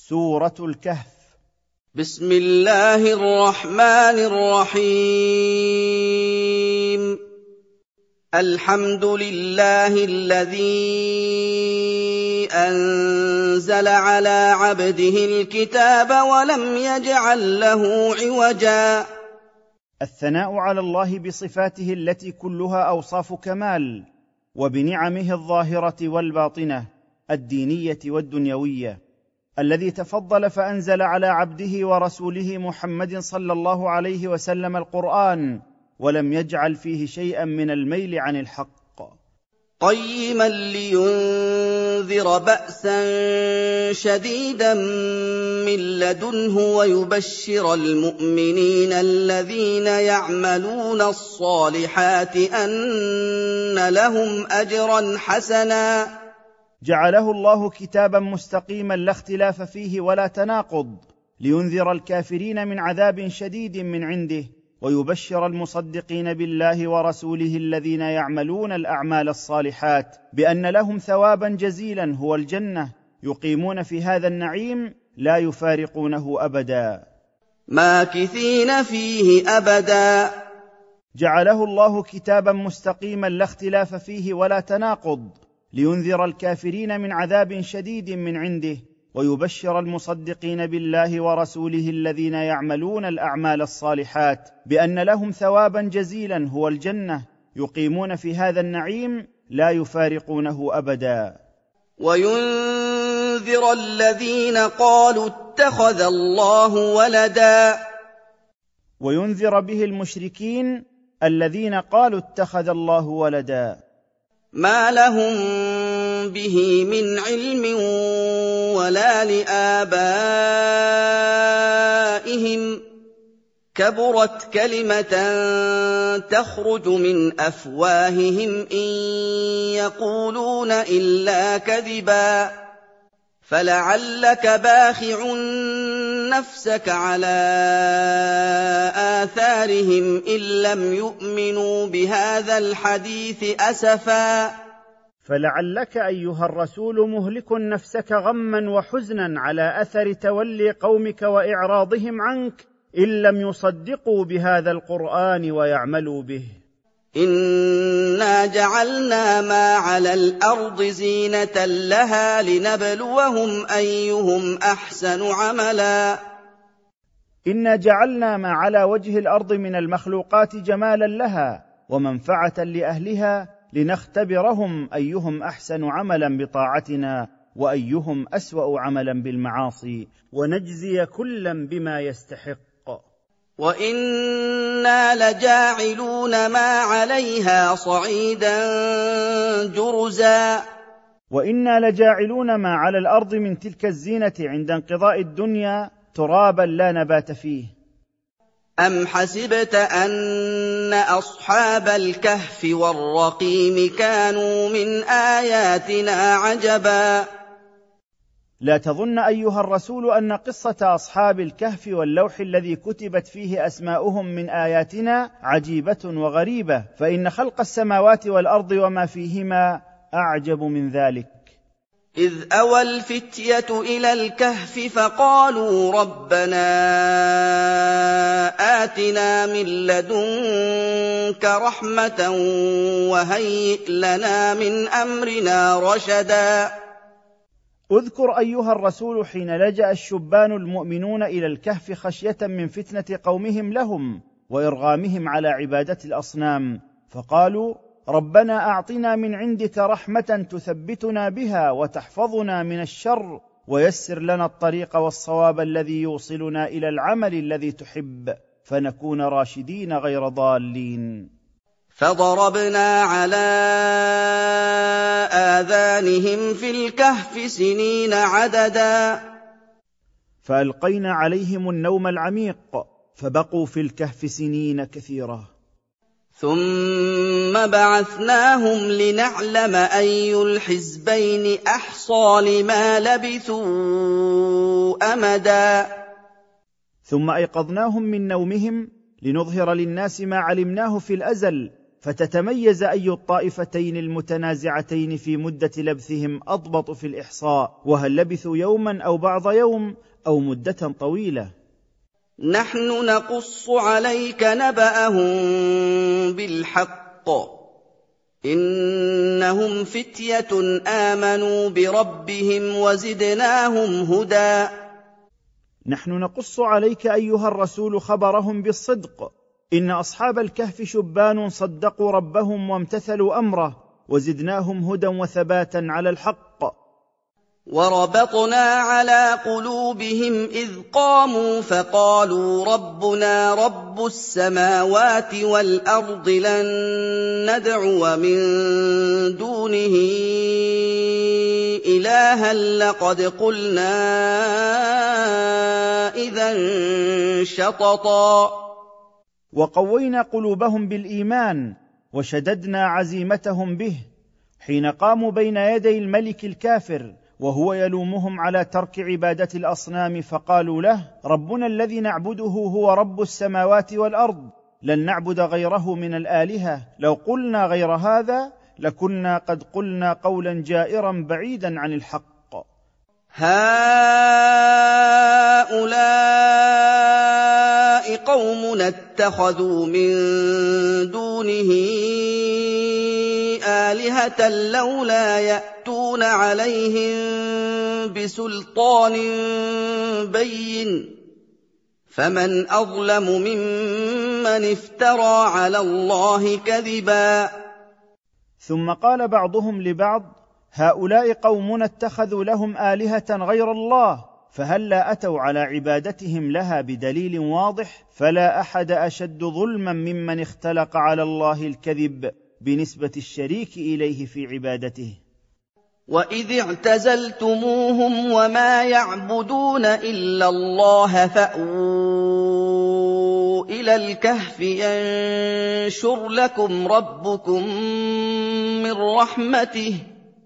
سورة الكهف. بسم الله الرحمن الرحيم. الحمد لله الذي أنزل على عبده الكتاب ولم يجعل له عوجا. الثناء على الله بصفاته التي كلها أوصاف كمال، وبنعمه الظاهرة والباطنة الدينية والدنيوية، الذي تفضل فأنزل على عبده ورسوله محمد صلى الله عليه وسلم القرآن، ولم يجعل فيه شيئا من الميل عن الحق، قيما لينذر بأسا شديدا من لدنه ويبشر المؤمنين الذين يعملون الصالحات أن لهم أجرا حسنا. جعله الله كتابا مستقيما لا اختلاف فيه ولا تناقض، لينذر الكافرين من عذاب شديد من عنده، ويبشر المصدقين بالله ورسوله الذين يعملون الأعمال الصالحات بأن لهم ثوابا جزيلا هو الجنة، يقيمون في هذا النعيم لا يفارقونه أبدا، ماكثين فيه أبدا. جعله الله كتابا مستقيما لا اختلاف فيه ولا تناقض، لينذر الكافرين من عذاب شديد من عنده، ويبشر المصدقين بالله ورسوله الذين يعملون الأعمال الصالحات بأن لهم ثوابا جزيلا هو الجنة، يقيمون في هذا النعيم لا يفارقونه أبدا. وينذر الذين قالوا اتخذ الله ولدا. وينذر به المشركين الذين قالوا اتخذ الله ولدا، ما لهم به من علم ولا لآبائهم، كبرت كلمة تخرج من أفواههم إن يقولون إلا كذبا. فلعلك باخع نفسك على آثارهم إن لم يؤمنوا بهذا الحديث أسفا. فلعلك أيها الرسول مهلك نفسك غما وحزنا على أثر تولي قومك وإعراضهم عنك إن لم يصدقوا بهذا القرآن ويعملوا به. إنا جعلنا ما على الأرض زينة لها لنبلوهم أيهم أحسن عملا. إنا جعلنا ما على وجه الأرض من المخلوقات جمالا لها ومنفعة لأهلها لنختبرهم أيهم أحسن عملا بطاعتنا وأيهم أسوأ عملا بالمعاصي، ونجزي كلا بما يستحق. وإنا لجاعلون ما عليها صعيدا جرزا. وإنا لجاعلون ما على الأرض من تلك الزينة عند انقضاء الدنيا ترابا لا نبات فيه. أم حسبت أن أصحاب الكهف والرقيم كانوا من آياتنا عجبا. لا تظن أيها الرسول أن قصة أصحاب الكهف واللوح الذي كتبت فيه أسماؤهم من آياتنا عجيبة وغريبة، فإن خلق السماوات والأرض وما فيهما أعجب من ذلك. إذ أوى الفتية إلى الكهف فقالوا ربنا آتنا من لدنك رحمة وهيئ لنا من أمرنا رشدا. اذكر أيها الرسول حين لجأ الشبان المؤمنون إلى الكهف خشية من فتنة قومهم لهم وإرغامهم على عبادة الأصنام، فقالوا ربنا أعطنا من عندك رحمة تثبتنا بها وتحفظنا من الشر ويسر لنا الطريق والصواب الذي يوصلنا إلى العمل الذي تحب فنكون راشدين غير ضالين. فضربنا على آذانهم في الكهف سنين عددا. فألقينا عليهم النوم العميق فبقوا في الكهف سنين كثيرة. ثم بعثناهم لنعلم أي الحزبين أحصى لما لبثوا أمدا. ثم أيقظناهم من نومهم لنظهر للناس ما علمناه في الأزل، فتتميز أي الطائفتين المتنازعتين في مدة لبثهم أضبط في الإحصاء، وهل لبثوا يوما أو بعض يوم أو مدة طويلة. نحن نقص عليك نبأهم بالحق، إنهم فتية آمنوا بربهم وزدناهم هدى. نحن نقص عليك أيها الرسول خبرهم بالصدق، إن أصحاب الكهف شبان صدقوا ربهم وامتثلوا أمره، وزدناهم هدى وثباتا على الحق. وربطنا على قلوبهم إذ قاموا فقالوا ربنا رب السماوات والأرض لن ندعو من دونه إلها لقد قلنا إذا شططا. وقوينا قلوبهم بالإيمان وشددنا عزيمتهم به حين قاموا بين يدي الملك الكافر وهو يلومهم على ترك عبادة الأصنام، فقالوا له ربنا الذي نعبده هو رب السماوات والأرض، لن نعبد غيره من الآلهة، لو قلنا غير هذا لكنا قد قلنا قولا جائرا بعيدا عن الحق. هؤلاء قوم اتخذوا من دونه آلهة لولا يأتون عليهم بسلطان بين، فمن أظلم ممن افترى على الله كذبا. ثم قال بعضهم لبعض هؤلاء قومنا اتخذوا لهم آلهة غير الله، فهلا أتوا على عبادتهم لها بدليل واضح، فلا أحد أشد ظلما ممن اختلق على الله الكذب بنسبة الشريك إليه في عبادته. وإذ اعتزلتموهم وما يعبدون إلا الله فأووا إلى الكهف ينشر لكم ربكم من رحمته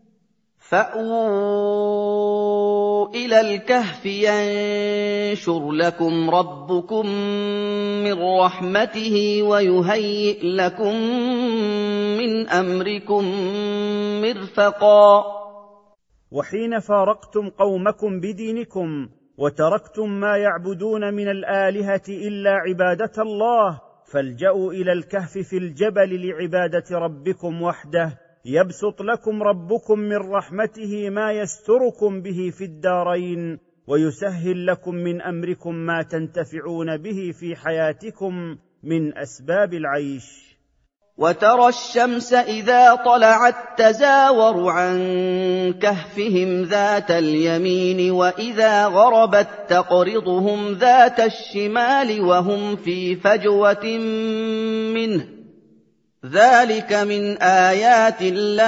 ويهيئ لكم من أمركم مرفقا. وحين فارقتم قومكم بدينكم وتركتم ما يعبدون من الآلهة إلا عبادة الله، فالجأوا إلى الكهف في الجبل لعبادة ربكم وحده، يبسط لكم ربكم من رحمته ما يستركم به في الدارين، ويسهل لكم من أمركم ما تنتفعون به في حياتكم من أسباب العيش. وترى الشمس إذا طلعت تزاور عن كهفهم ذات اليمين وإذا غربت تقرضهم ذات الشمال وهم في فجوة منه، ذلك من آيات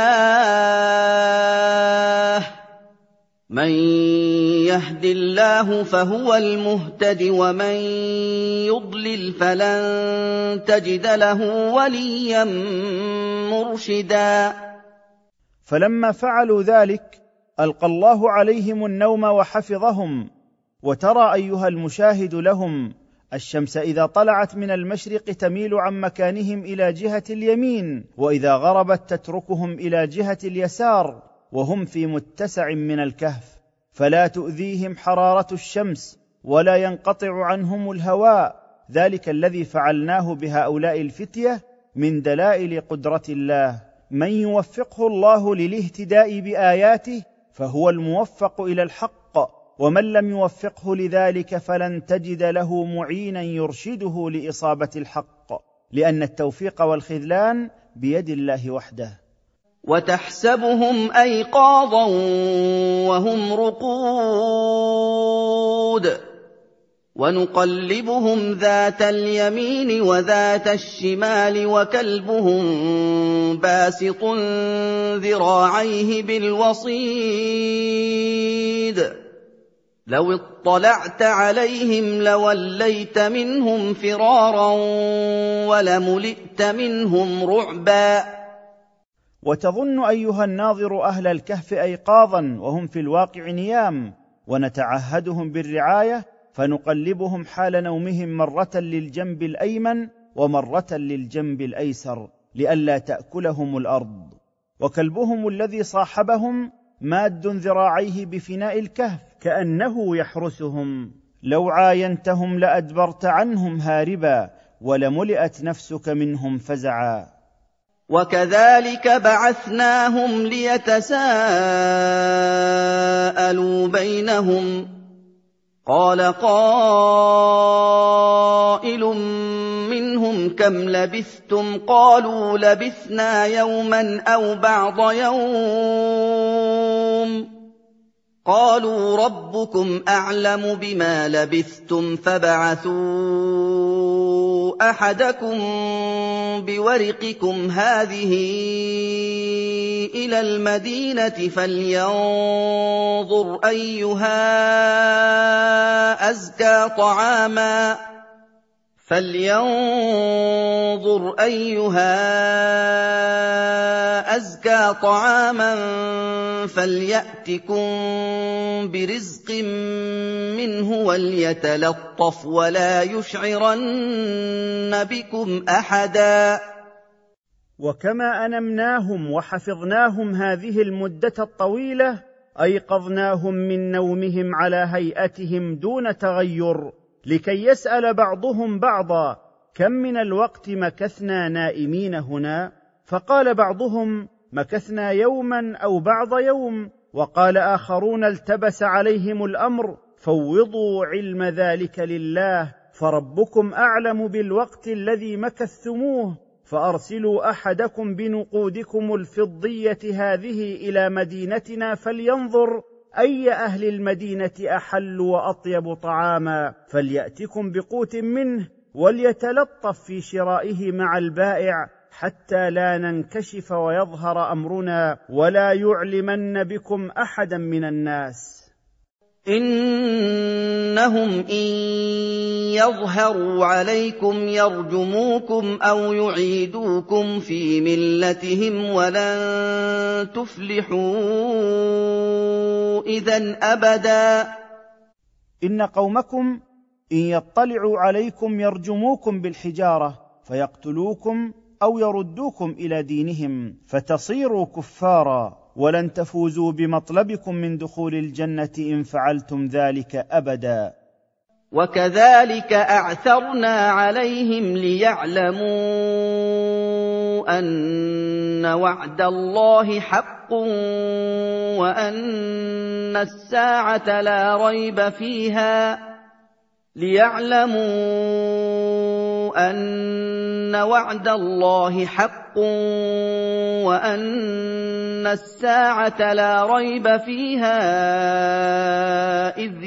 الله، من يهد الله فهو المهتد ومن يضلل فلن تجد له وليا مرشدا. فلما فعلوا ذلك ألقى الله عليهم النوم وحفظهم. وترى أيها المشاهد لهم الشمس إذا طلعت من المشرق تميل عن مكانهم إلى جهة اليمين، وإذا غربت تتركهم إلى جهة اليسار، وهم في متسع من الكهف، فلا تؤذيهم حرارة الشمس ولا ينقطع عنهم الهواء. ذلك الذي فعلناه بهؤلاء الفتية من دلائل قدرة الله. من يوفقه الله للاهتداء بآياته فهو الموفق إلى الحق، ومن لم يوفقه لذلك فلن تجد له معينا يرشده لإصابة الحق، لأن التوفيق والخذلان بيد الله وحده. وتحسبهم أيقاظا وهم رقود ونقلبهم ذات اليمين وذات الشمال وكلبهم باسط ذراعيه بالوصيد، لو اطلعت عليهم لوليت منهم فرارا ولملئت منهم رعبا. وتظن أيها الناظر أهل الكهف أيقاظا وهم في الواقع نيام، ونتعهدهم بالرعاية فنقلبهم حال نومهم مرة للجنب الأيمن ومرة للجنب الأيسر، لئلا تأكلهم الأرض. وكلبهم الذي صاحبهم ماد ذراعيه بفناء الكهف كأنه يحرسهم، لو عاينتهم لأدبرت عنهم هاربا، ولملئت نفسك منهم فزعا. وكذلك بعثناهم ليتساءلوا بينهم، قال قائل منهم كم لبثتم؟ قالوا لبثنا يوما أو بعض يوم. قالوا ربكم أعلم بما لبثتم فابعثوا أحدكم بورقكم هذه إلى المدينة فلينظر أيها أزكى طعاما فليأتكم برزق منه وليتلطف ولا يشعرن بكم أحدا. وكما أنمناهم وحفظناهم هذه المدة الطويلة، أيقظناهم من نومهم على هيئتهم دون تغير، لكي يسأل بعضهم بعضا كم من الوقت مكثنا نائمين هنا؟ فقال بعضهم مكثنا يوما أو بعض يوم، وقال آخرون التبس عليهم الأمر، فوضوا علم ذلك لله، فربكم أعلم بالوقت الذي مكثتموه، فأرسلوا أحدكم بنقودكم الفضية هذه إلى مدينتنا فلينظر أي أهل المدينة أحل وأطيب طعاما، فليأتكم بقوت منه، وليتلطف في شرائه مع البائع، حتى لا ننكشف ويظهر أمرنا، ولا يعلمن بكم أحدا من الناس. إنهم إن يظهروا عليكم يرجموكم أو يعيدوكم في ملتهم ولن تفلحوا إذن أبدا. إن قومكم إن يطلعوا عليكم يرجموكم بالحجارة فيقتلوكم أو يردوكم إلى دينهم فتصيروا كفارا، ولن تفوزوا بمطلبكم من دخول الجنة إن فعلتم ذلك أبدا. وكذلك أعثرنا عليهم ليعلموا أن وعد الله حق وأن الساعة لا ريب فيها، ليعلموا أن وعد الله حق وأن الساعة لا ريب فيها إذ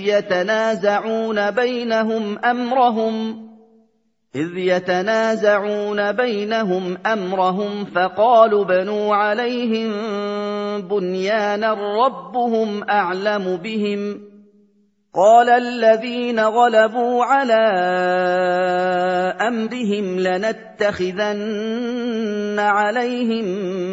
يتنازعون بينهم أمرهم فقالوا بنوا عليهم بنيانا ربهم أعلم بهم. قال الذين غلبوا على أمرهم لنتخذن عليهم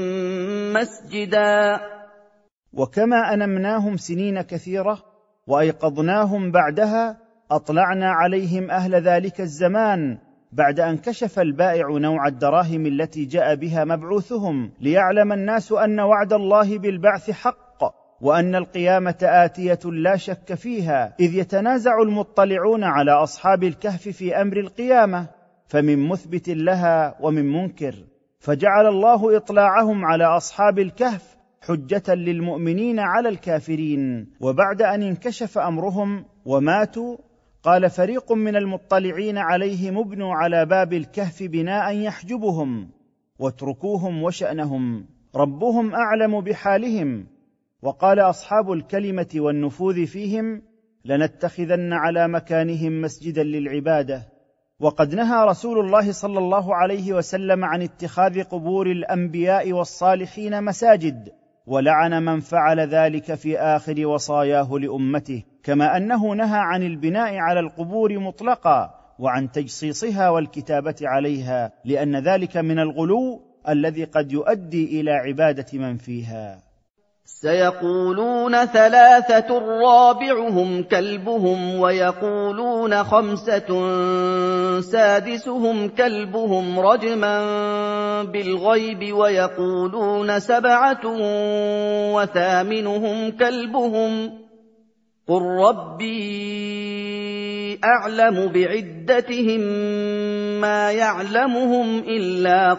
مسجدا. وكما أنمناهم سنين كثيرة وأيقظناهم بعدها، أطلعنا عليهم أهل ذلك الزمان بعد أن كشف البائع نوع الدراهم التي جاء بها مبعوثهم، ليعلم الناس أن وعد الله بالبعث حق، وأن القيامة آتية لا شك فيها، إذ يتنازع المطلعون على أصحاب الكهف في أمر القيامة، فمن مثبت لها ومن منكر، فجعل الله إطلاعهم على أصحاب الكهف حجة للمؤمنين على الكافرين. وبعد أن انكشف أمرهم وماتوا، قال فريق من المطلعين عليهم ابنوا على باب الكهف بناء يحجبهم، واتركوهم وشأنهم، ربهم أعلم بحالهم. وقال أصحاب الكلمة والنفوذ فيهم لنتخذن على مكانهم مسجدا للعبادة. وقد نهى رسول الله صلى الله عليه وسلم عن اتخاذ قبور الأنبياء والصالحين مساجد، ولعن من فعل ذلك في آخر وصاياه لأمته، كما أنه نهى عن البناء على القبور مطلقا وعن تجصيصها والكتابة عليها، لأن ذلك من الغلو الذي قد يؤدي إلى عبادة من فيها. سيقولون ثلاثة رابعهم كلبهم ويقولون خمسة سادسهم كلبهم رجما بالغيب ويقولون سبعة وثامنهم كلبهم قل ربي أعلم بعدتهم ما يعلمهم إلا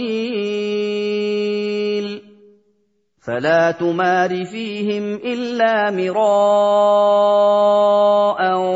قليل فلا تمار فيهم إلا مراء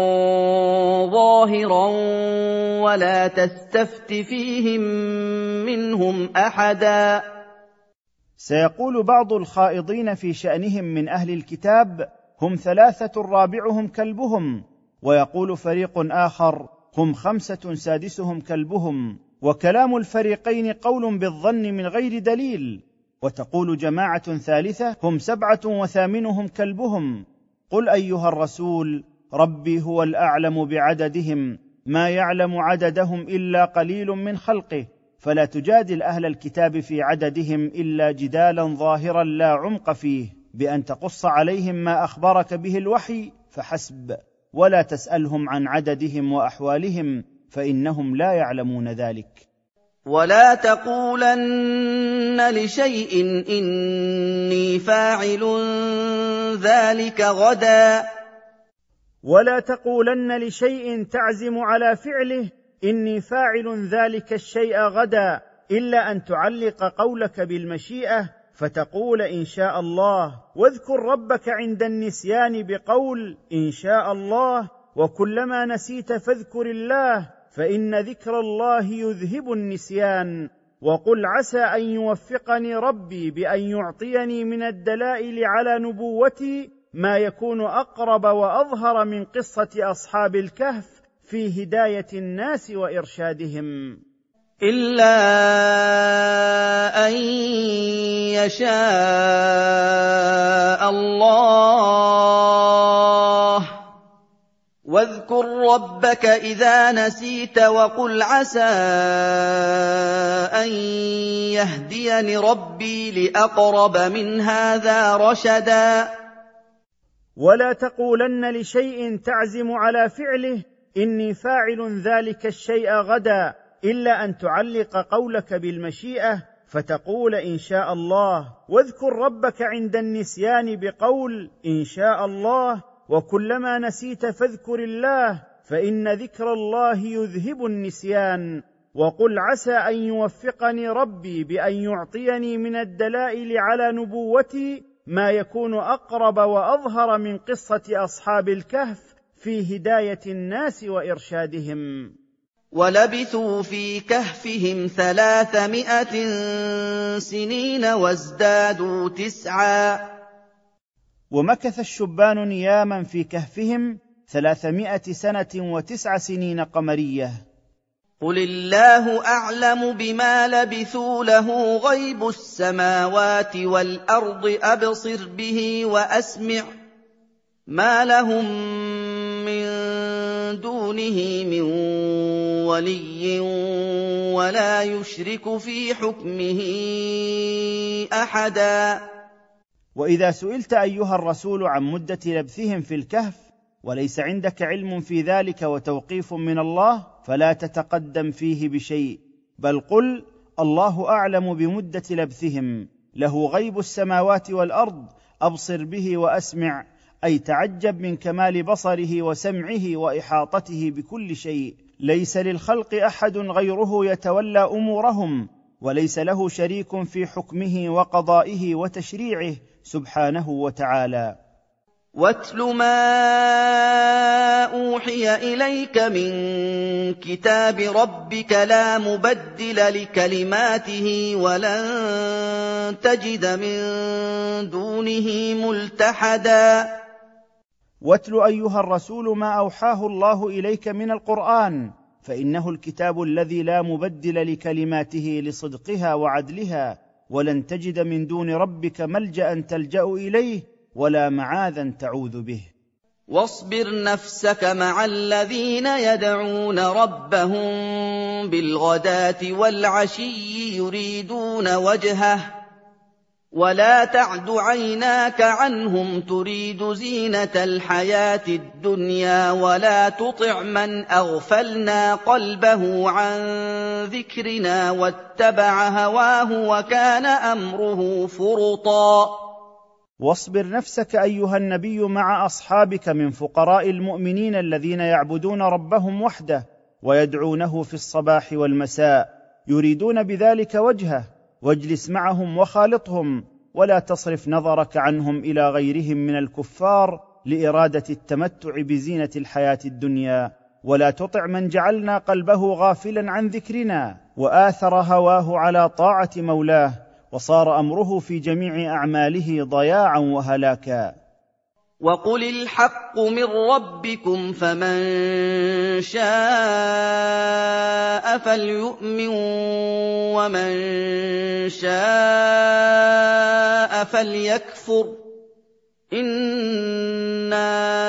ظاهرا ولا تستفت فيهم منهم أحدا. سيقول بعض الخائضين في شأنهم من أهل الكتاب: هم 3 رابعهم كلبهم، ويقول فريق آخر: هم 5 سادسهم كلبهم، وكلام الفريقين قول بالظن من غير دليل. وتقول جماعة ثالثة: هم 7 وثامنهم كلبهم. قل أيها الرسول: ربي هو الأعلم بعددهم، ما يعلم عددهم إلا قليل من خلقه، فلا تجادل أهل الكتاب في عددهم إلا جدالا ظاهرا لا عمق فيه، بأن تقص عليهم ما أخبرك به الوحي فحسب، ولا تسألهم عن عددهم وأحوالهم، فإنهم لا يعلمون ذلك. ولا تقولن لشيء إني فاعل ذلك غدا. ولا تقولن لشيء تعزم على فعله إني فاعل ذلك الشيء غدا، إلا أن تعلق قولك بالمشيئة فتقول إن شاء الله، واذكر ربك عند النسيان بقول إن شاء الله، وكلما نسيت فاذكر الله، فإن ذكر الله يذهب النسيان. وقل عسى أن يوفقني ربي بأن يعطيني من الدلائل على نبوتي ما يكون أقرب وأظهر من قصة أصحاب الكهف في هداية الناس وإرشادهم. إلا أن يشاء الله. واذكر ربك إذا نسيت وقل عسى أن يهديني ربي لأقرب من هذا رشدا. ولا تقولن لشيء تعزم على فعله إني فاعل ذلك الشيء غدا، إلا أن تعلق قولك بالمشيئة فتقول إن شاء الله، واذكر ربك عند النسيان بقول إن شاء الله، وكلما نسيت فاذكر الله، فإن ذكر الله يذهب النسيان. وقل عسى أن يوفقني ربي بأن يعطيني من الدلائل على نبوتي ما يكون أقرب وأظهر من قصة أصحاب الكهف في هداية الناس وإرشادهم. ولبثوا في كهفهم 300 سنين وازدادوا 9. ومكث الشبان نياما في كهفهم 300 سنة و9 سنين قمرية. قل الله أعلم بما لبثوا له غيب السماوات والأرض أبصر به وأسمع ما لهم من دونه من ولي ولا يشرك في حكمه أحدا. وإذا سئلت أيها الرسول عن مدة لبثهم في الكهف وليس عندك علم في ذلك وتوقيف من الله، فلا تتقدم فيه بشيء، بل قل الله أعلم بمدة لبثهم، له غيب السماوات والأرض أبصر به وأسمع، أي تعجب من كمال بصره وسمعه وإحاطته بكل شيء، ليس للخلق أحد غيره يتولى أمورهم، وليس له شريك في حكمه وقضائه وتشريعه سبحانه وتعالى. واتل ما أوحي إليك من كتاب ربك لا مبدل لكلماته ولن تجد من دونه ملتحدا. واتل أيها الرسول ما أوحاه الله إليك من القرآن، فإنه الكتاب الذي لا مبدل لكلماته لصدقها وعدلها، ولن تجد من دون ربك ملجأ تلجأ إليه ولا معاذا تعوذ به. واصبر نفسك مع الذين يدعون ربهم بالغداة والعشي يريدون وجهه ولا تعد عيناك عنهم تريد زينة الحياة الدنيا ولا تطع من أغفلنا قلبه عن ذكرنا واتبع هواه وكان أمره فرطا. واصبر نفسك أيها النبي مع أصحابك من فقراء المؤمنين الذين يعبدون ربهم وحده ويدعونه في الصباح والمساء يريدون بذلك وجهه، واجلس معهم وخالطهم، ولا تصرف نظرك عنهم إلى غيرهم من الكفار لإرادة التمتع بزينة الحياة الدنيا، ولا تطع من جعلنا قلبه غافلا عن ذكرنا وآثر هواه على طاعة مولاه، وصار أمره في جميع أعماله ضياعا وهلاكا. وقل الحق من ربكم فمن شاء فليؤمن ومن شاء فليكفر إنا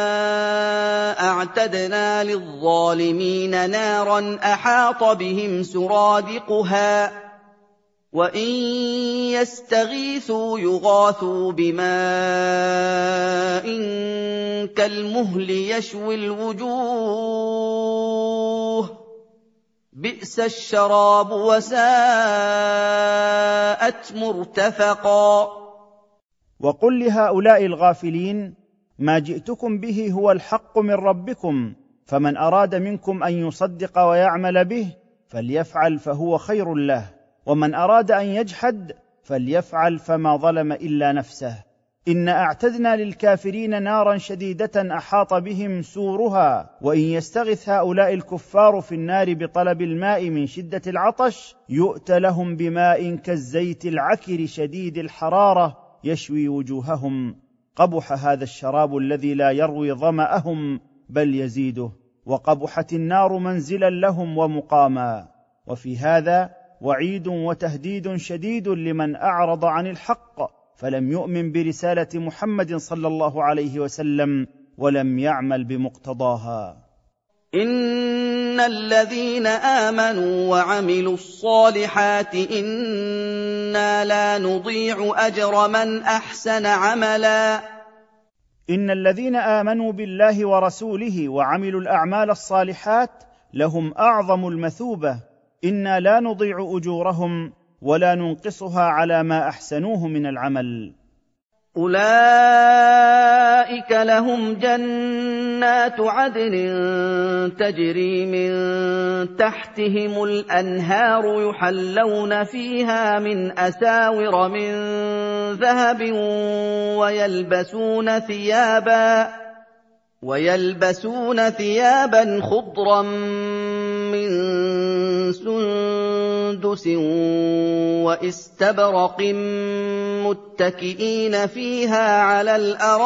أعتدنا للظالمين نارا أحاط بهم سرادقها وإن يستغيثوا يغاثوا بماء كالمهل يشوي الوجوه بئس الشراب وساءت مرتفقا. وقل لهؤلاء الغافلين ما جئتكم به هو الحق من ربكم، فمن أراد منكم أن يصدق ويعمل به فليفعل فهو خير له، ومن أراد أن يجحد فليفعل فما ظلم إلا نفسه. إن أعتدنا للكافرين نارا شديدة أحاط بهم سورها، وإن يستغث هؤلاء الكفار في النار بطلب الماء من شدة العطش يؤت لهم بماء كالزيت العكر شديد الحرارة يشوي وجوههم. قبح هذا الشراب الذي لا يروي ظمأهم بل يزيده، وقبحت النار منزلا لهم ومقاما. وفي هذا وعيد وتهديد شديد لمن أعرض عن الحق فلم يؤمن برسالة محمد صلى الله عليه وسلم ولم يعمل بمقتضاها. إن الذين آمنوا وعملوا الصالحات إنا لا نضيع أجر من أحسن عملا. إن الذين آمنوا بالله ورسوله وعملوا الأعمال الصالحات لهم أعظم المثوبة، إنا لا نضيع أجورهم ولا ننقصها على ما أحسنوه من العمل. أولئك لهم جنات عدن تجري من تحتهم الأنهار يحلون فيها من أساور من ذهب ويلبسون ثيابا خضرا من سندس واستبرق متكئين فيها على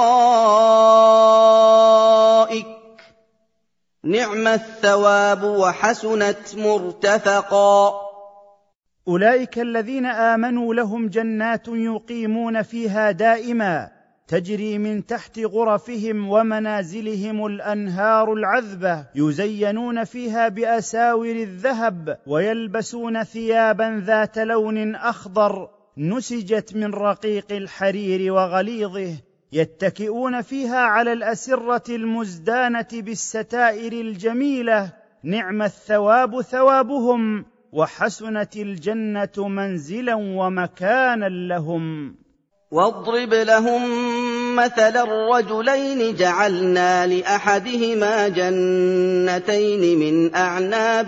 الأرائك نعم الثواب وحسنت مرتفقا. أولئك الذين آمنوا لهم جنات يقيمون فيها دائما تجري من تحت غرفهم ومنازلهم الأنهار العذبة يزينون فيها بأساور الذهب ويلبسون ثيابا ذات لون أخضر نسجت من رقيق الحرير وغليظه يتكئون فيها على الأسرة المزدانة بالستائر الجميلة نعم الثواب ثوابهم وحسنت الجنة منزلا ومكانا لهم. واضرب لهم مثل الرجلين جعلنا لأحدهما جنتين من أعناب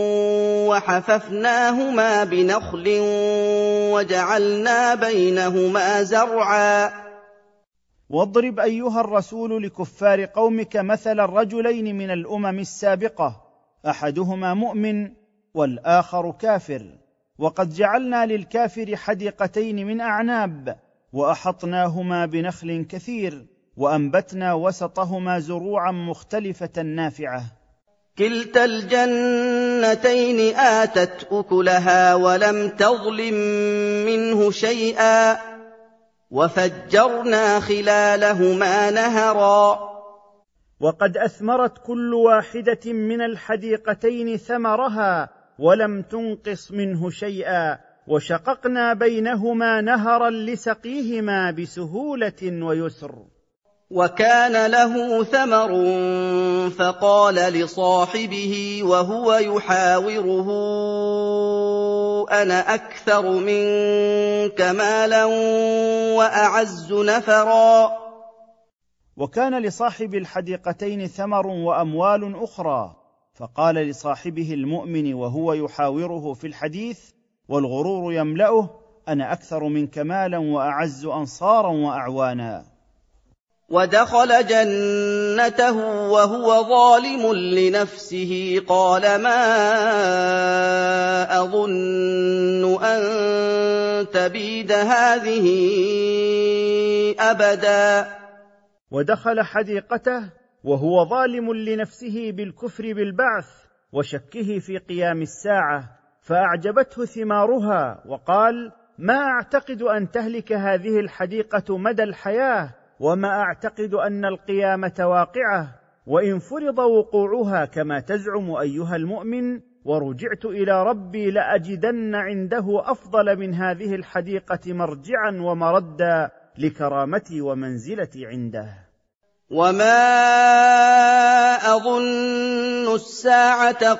وحففناهما بنخل وجعلنا بينهما زرعا. واضرب أيها الرسول لكفار قومك مثل الرجلين من الأمم السابقة أحدهما مؤمن والآخر كافر، وقد جعلنا للكافر حديقتين من أعناب وأحطناهما بنخل كثير وأنبتنا وسطهما زروعا مختلفة نافعة. كلتا الجنتين آتت أكلها ولم تظلم منه شيئا وفجرنا خلالهما نهرا. وقد أثمرت كل واحدة من الحديقتين ثمرها ولم تنقص منه شيئا، وشققنا بينهما نهرا لسقيهما بسهولة ويسر. وكان له ثمر فقال لصاحبه وهو يحاوره أنا أكثر منك مالا وأعز نفرا. وكان لصاحب الحديقتين ثمر وأموال أخرى، فقال لصاحبه المؤمن وهو يحاوره في الحديث والغرور يملأه أنا أكثر منك مالا وأعز أنصارا وأعوانا. ودخل جنته وهو ظالم لنفسه قال ما أظن أن تبيد هذه أبدا. ودخل حديقته وهو ظالم لنفسه بالكفر بالبعث وشكه في قيام الساعة، فأعجبته ثمارها وقال ما أعتقد أن تهلك هذه الحديقة مدى الحياة، وما أعتقد أن القيامة واقعة، وإن فرض وقوعها كما تزعم أيها المؤمن ورجعت إلى ربي لأجدن عنده أفضل من هذه الحديقة مرجعا ومردا لكرامتي ومنزلتي عنده. وما أظن الساعة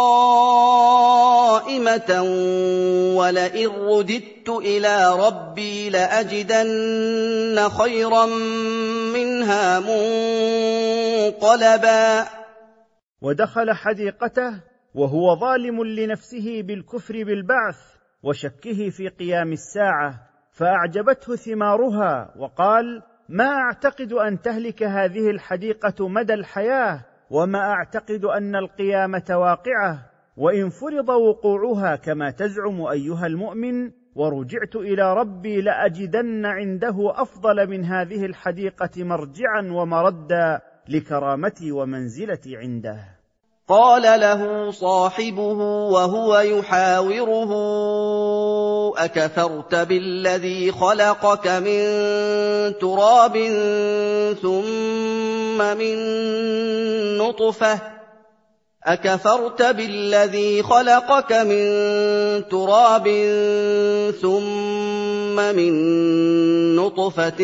قائمة ولئن رددت إلى ربي لأجدن خيرا منها منقلبا. ودخل حديقته وهو ظالم لنفسه بالكفر بالبعث وشكه في قيام الساعة، فأعجبته ثمارها وقال ما أعتقد أن تهلك هذه الحديقة مدى الحياة، وما أعتقد أن القيامة واقعة، وإن فرض وقوعها كما تزعم أيها المؤمن ورجعت إلى ربي لأجدن عنده أفضل من هذه الحديقة مرجعا ومردا لكرامتي ومنزلتي عنده. قال له صاحبه وهو يحاوره أكفرت بالذي خلقك من تراب ثم من نطفة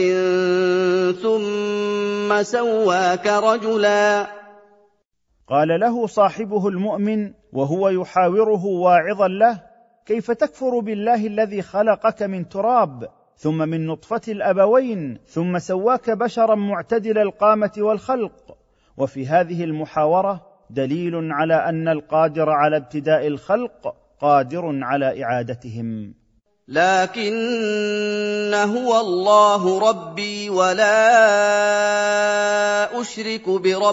ثم سواك رجلا. قال له صاحبه المؤمن وهو يحاوره واعظا له كيف تكفر بالله الذي خلقك من تراب ثم من نطفة الأبوين ثم سواك بشرا معتدل القامة والخلق. وفي هذه المحاورة دليل على أن القادر على ابتداء الخلق قادر على إعادتهم. لكن هو الله ربي ولا أشرك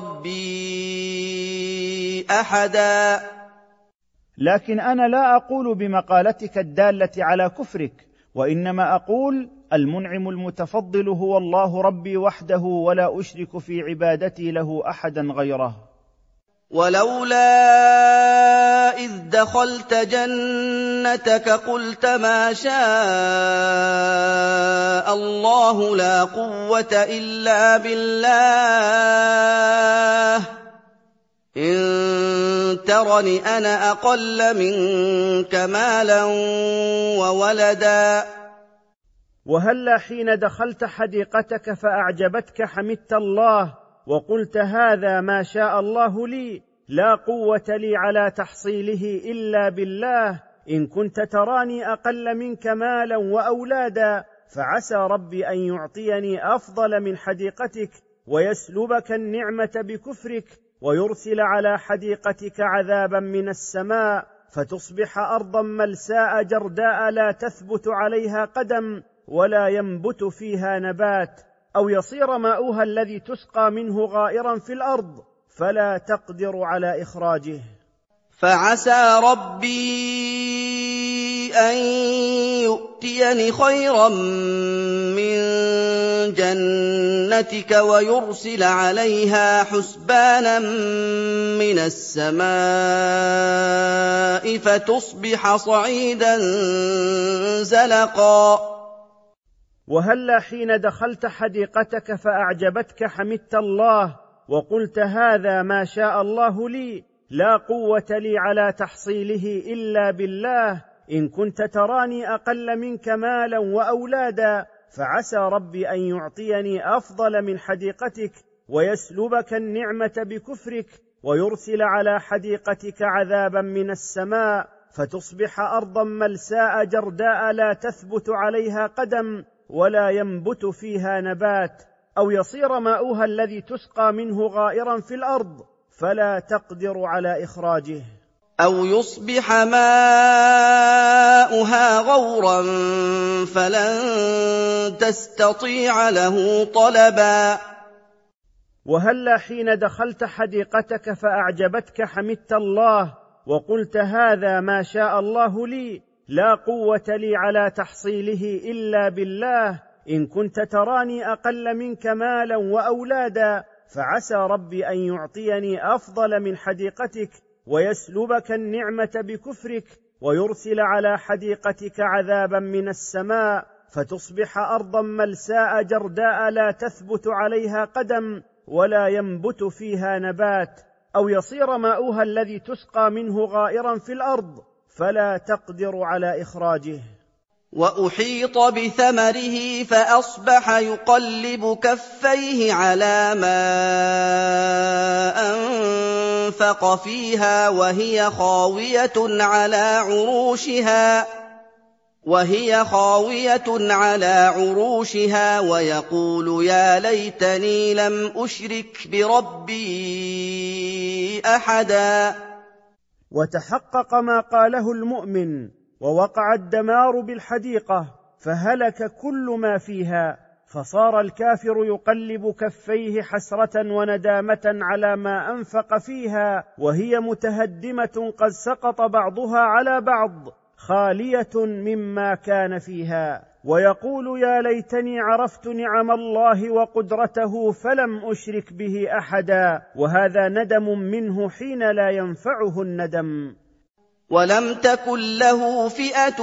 بربي أحدا. لكن أنا لا أقول بمقالتك الدالة على كفرك، وإنما أقول المنعم المتفضل هو الله ربي وحده ولا أشرك في عبادتي له أحدا غيره. ولولا إذ دخلت جنتك قلت ما شاء الله لا قوة إلا بالله إن ترني أنا أقل منك مالا وولدا. وهلا حين دخلت حديقتك فأعجبتك حمدت الله وقلت هذا ما شاء الله لي لا قوة لي على تحصيله إلا بالله إن كنت تراني أقل منك مالا وأولادا، فعسى ربي أن يعطيني أفضل من حديقتك ويسلبك النعمة بكفرك ويرسل على حديقتك عذابا من السماء فتصبح أرضا ملساء جرداء لا تثبت عليها قدم ولا ينبت فيها نبات، أو يصير ماؤها الذي تسقى منه غائرا في الأرض فلا تقدر على إخراجه. فعسى ربي أن يؤتيني خيرا من جنتك ويرسل عليها حسبانا من السماء فتصبح صعيدا زلقا. وهلا حين دخلت حديقتك فأعجبتك حمدت الله وقلت هذا ما شاء الله لي لا قوة لي على تحصيله إلا بالله إن كنت تراني أقل منك مالا وأولادا فعسى ربي أن يعطيني أفضل من حديقتك ويسلبك النعمة بكفرك ويرسل على حديقتك عذابا من السماء فتصبح أرضا ملساء جرداء لا تثبت عليها قدم ولا ينبت فيها نبات، أو يصير ماؤها الذي تسقى منه غائرا في الأرض فلا تقدر على إخراجه، أو يصبح ماؤها غورا فلن تستطيع له طلبا. وهلا حين دخلت حديقتك فأعجبتك حمدت الله وقلت هذا ما شاء الله لي لا قوة لي على تحصيله إلا بالله، إن كنت تراني أقل منك مالا وأولادا فعسى ربي أن يعطيني أفضل من حديقتك ويسلبك النعمة بكفرك ويرسل على حديقتك عذابا من السماء فتصبح أرضا ملساء جرداء لا تثبت عليها قدم ولا ينبت فيها نبات، أو يصير ماؤها الذي تسقى منه غائرا في الأرض فلا تقدر على إخراجه. وأحيط بثمره فأصبح يقلب كفيه على ما أنفق فيها وهي خاوية على عروشها ويقول يا ليتني لم أشرك بربي أحدا. وتحقق ما قاله المؤمن ووقع الدمار بالحديقة فهلك كل ما فيها، فصار الكافر يقلب كفيه حسرة وندامة على ما أنفق فيها وهي متهدمة قد سقط بعضها على بعض خالية مما كان فيها، ويقول يا ليتني عرفت نعم الله وقدرته فلم أشرك به أحدا، وهذا ندم منه حين لا ينفعه الندم. ولم تكن له فئة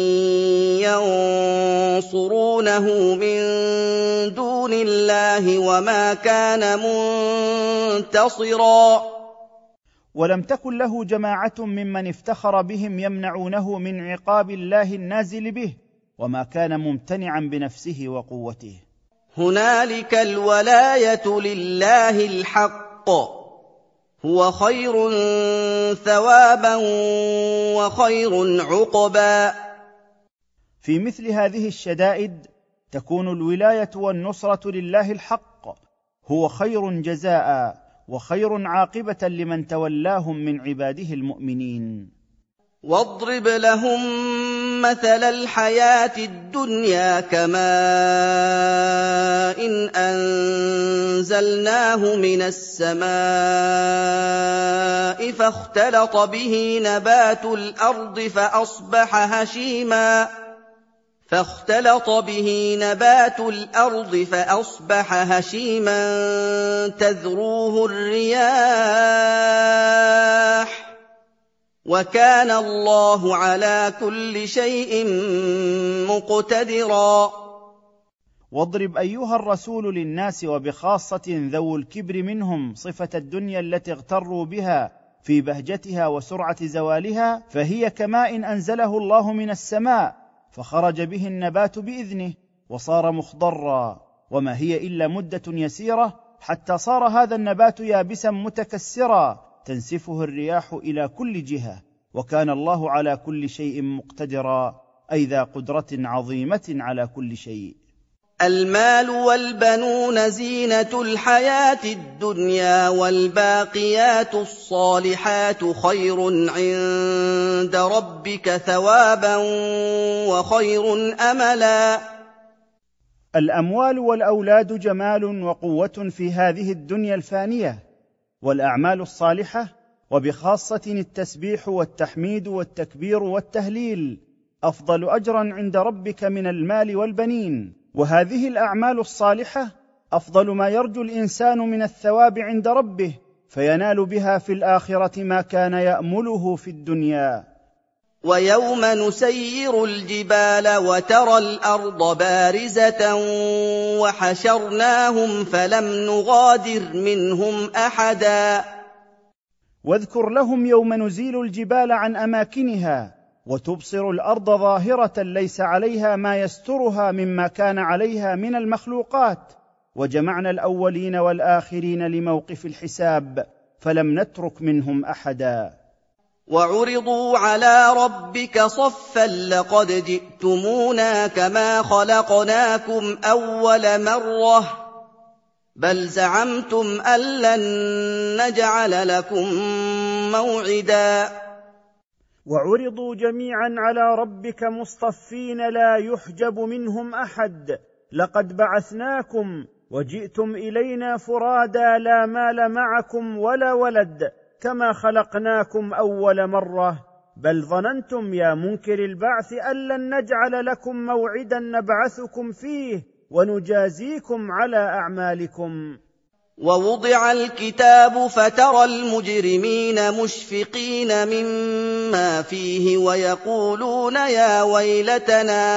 ينصرونه من دون الله وما كان منتصرا. ولم تكن له جماعة ممن افتخر بهم يمنعونه من عقاب الله النازل به وما كان ممتنعا بنفسه وقوته. هنالك الولاية لله الحق هو خير ثوابا وخير عقبا. في مثل هذه الشدائد تكون الولاية والنصرة لله الحق، هو خير جزاء وخير عاقبة لمن تولاهم من عباده المؤمنين. واضرب لهم مثل الحياة الدنيا كماء إن أنزلناه من السماء فاختلط به نبات الأرض فأصبح هشيما تذروه الرياح وكان الله على كل شيء مقتدرا. واضرب أيها الرسول للناس وبخاصة ذو الكبر منهم صفة الدنيا التي اغتروا بها في بهجتها وسرعة زوالها، فهي كماء أنزله الله من السماء فخرج به النبات بإذنه وصار مخضرا، وما هي إلا مدة يسيرة حتى صار هذا النبات يابسا متكسرا تنسفه الرياح إلى كل جهة، وكان الله على كل شيء مقتدرا، أي ذا قدرة عظيمة على كل شيء. المال والبنون زينة الحياة الدنيا والباقيات الصالحات خير عند ربك ثوابا وخير أملا. الأموال والأولاد جمال وقوة في هذه الدنيا الفانية، والأعمال الصالحة وبخاصة التسبيح والتحميد والتكبير والتهليل أفضل أجرا عند ربك من المال والبنين، وهذه الأعمال الصالحة أفضل ما يرجو الإنسان من الثواب عند ربه فينال بها في الآخرة ما كان يأمله في الدنيا. ويوم نسير الجبال وترى الأرض بارزة وحشرناهم فلم نغادر منهم أحدا. واذكر لهم يوم نزيل الجبال عن أماكنها وتبصر الارض ظاهره ليس عليها ما يسترها مما كان عليها من المخلوقات، وجمعنا الاولين والاخرين لموقف الحساب فلم نترك منهم احدا. وعرضوا على ربك صفا لقد جئتمونا كما خلقناكم اول مره بل زعمتم ان لن نجعل لكم موعدا. وعرضوا جميعا على ربك مصطفين لا يحجب منهم احد، لقد بعثناكم وجئتم الينا فرادا لا مال معكم ولا ولد كما خلقناكم اول مره بل ظننتم يا منكر البعث ان لن نجعل لكم موعدا نبعثكم فيه ونجازيكم على اعمالكم. ووضع الكتاب فترى المجرمين مشفقين مما فيه ويقولون يا ويلتنا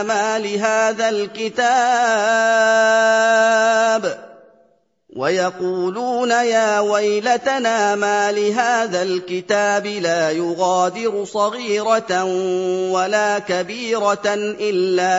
ما لهذا الكتاب لا يغادر صغيرة ولا كبيرة إلا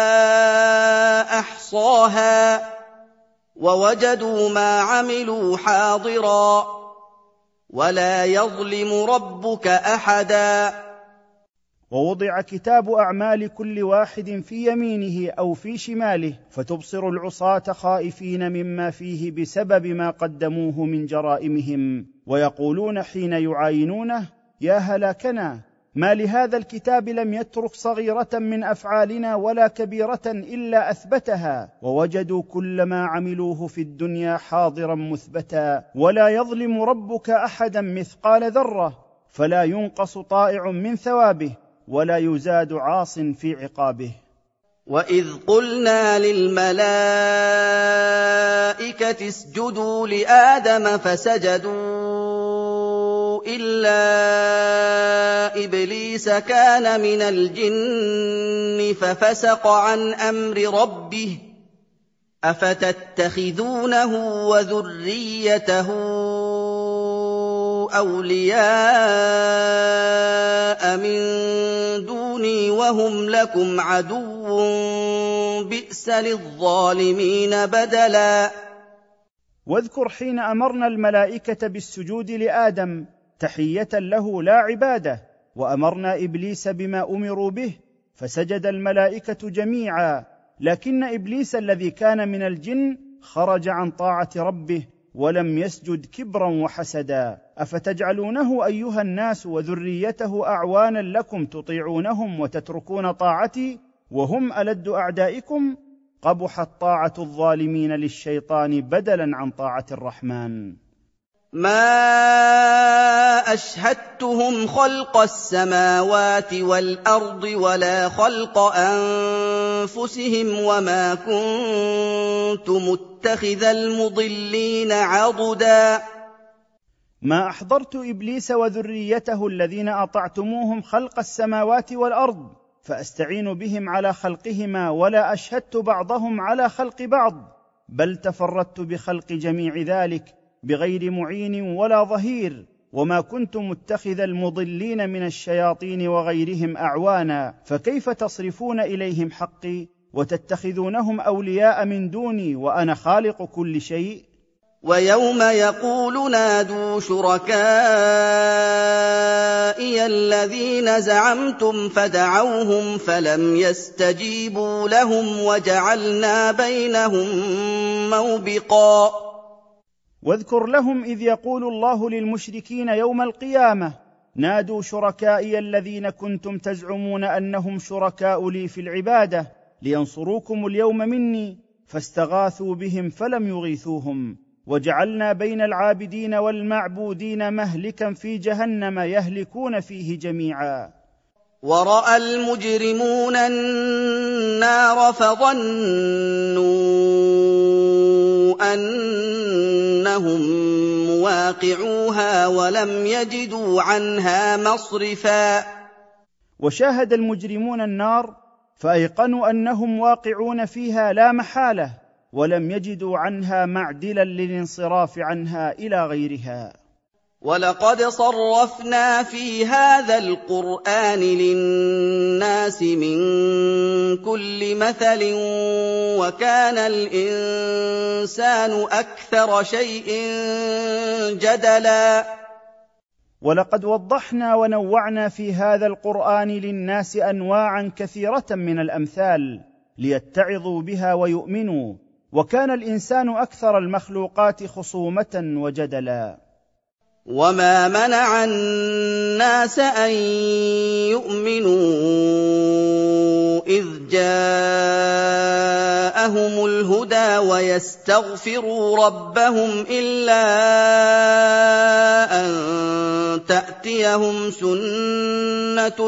أحصاها ووجدوا ما عملوا حاضرا ولا يظلم ربك أحدا. ووضع كتاب اعمال كل واحد في يمينه او في شماله، فتبصر العصاة خائفين مما فيه بسبب ما قدموه من جرائمهم، ويقولون حين يعاينونه يا هلاكنا، ما لهذا الكتاب لم يترك صغيرة من افعالنا ولا كبيرة الا اثبتها، ووجدوا كل ما عملوه في الدنيا حاضرا مثبتا، ولا يظلم ربك احدا مثقال ذرة، فلا ينقص طائع من ثوابه ولا يزاد عاص في عقابه. وإذ قلنا للملائكة اسجدوا لآدم فسجدوا إلا إبليس كان من الجن ففسق عن أمر ربه أفتتخذونه وذريته أولياء من دوني وهم لكم عدو بئس للظالمين بدلا. واذكر حين أمرنا الملائكة بالسجود لآدم تحية له لا عبادة، وأمرنا إبليس بما أمروا به فسجد الملائكة جميعا، لكن إبليس الذي كان من الجن خرج عن طاعة ربه ولم يسجد كبرا وحسدا. أفتجعلونه أيها الناس وذريته أعوانا لكم تطيعونهم وتتركون طاعتي وهم ألد أعدائكم؟ قبحت طاعة الظالمين للشيطان بدلا عن طاعة الرحمن. ما أشهدتهم خلق السماوات والأرض ولا خلق أنفسهم وما كنت متخذ المضلين عضدا. ما أحضرت إبليس وذريته الذين أطعتموهم خلق السماوات والأرض فأستعين بهم على خلقهما، ولا أشهدت بعضهم على خلق بعض، بل تفردت بخلق جميع ذلك بغير معين ولا ظهير، وما كنت متخذ المضلين من الشياطين وغيرهم أعوانا، فكيف تصرفون إليهم حقي وتتخذونهم أولياء من دوني وأنا خالق كل شيء؟ ويوم يقول نادوا شركائي الذين زعمتم فدعوهم فلم يستجيبوا لهم وجعلنا بينهم موبقا. واذكر لهم إذ يقول الله للمشركين يوم القيامة نادوا شركائي الذين كنتم تزعمون أنهم شركاء لي في العبادة لينصروكم اليوم مني، فاستغاثوا بهم فلم يغيثوهم، وجعلنا بين العابدين والمعبودين مهلكا في جهنم يهلكون فيه جميعا. ورأى المجرمون النار فظنوا أنهم مواقعوها ولم يجدوا عنها مصرفا. وشاهد المجرمون النار فأيقنوا أنهم واقعون فيها لا محالة، ولم يجدوا عنها معدلا للانصراف عنها إلى غيرها. وَلَقَدْ صَرَّفْنَا فِي هَٰذَا الْقُرْآنِ لِلنَّاسِ مِن كُلِّ مَثَلٍ وَكَانَ الْإِنسَانُ أَكْثَرَ شَيْءٍ جَدَلًا. ولقد وضحنا ونوعنا في هذا القرآن للناس أنواعا كثيرة من الأمثال ليتعظوا بها ويؤمنوا، وكان الإنسان أكثر المخلوقات خصومة وجدلا. وَمَا مَنَعَ النَّاسَ أَن يُؤْمِنُوا إِذْ جَاءَهُمُ الْهُدَىٰ وَيَسْتَغْفِرُوا رَبَّهُمْ إِلَّا أَن تَأْتِيَهُمْ سُنَّةُ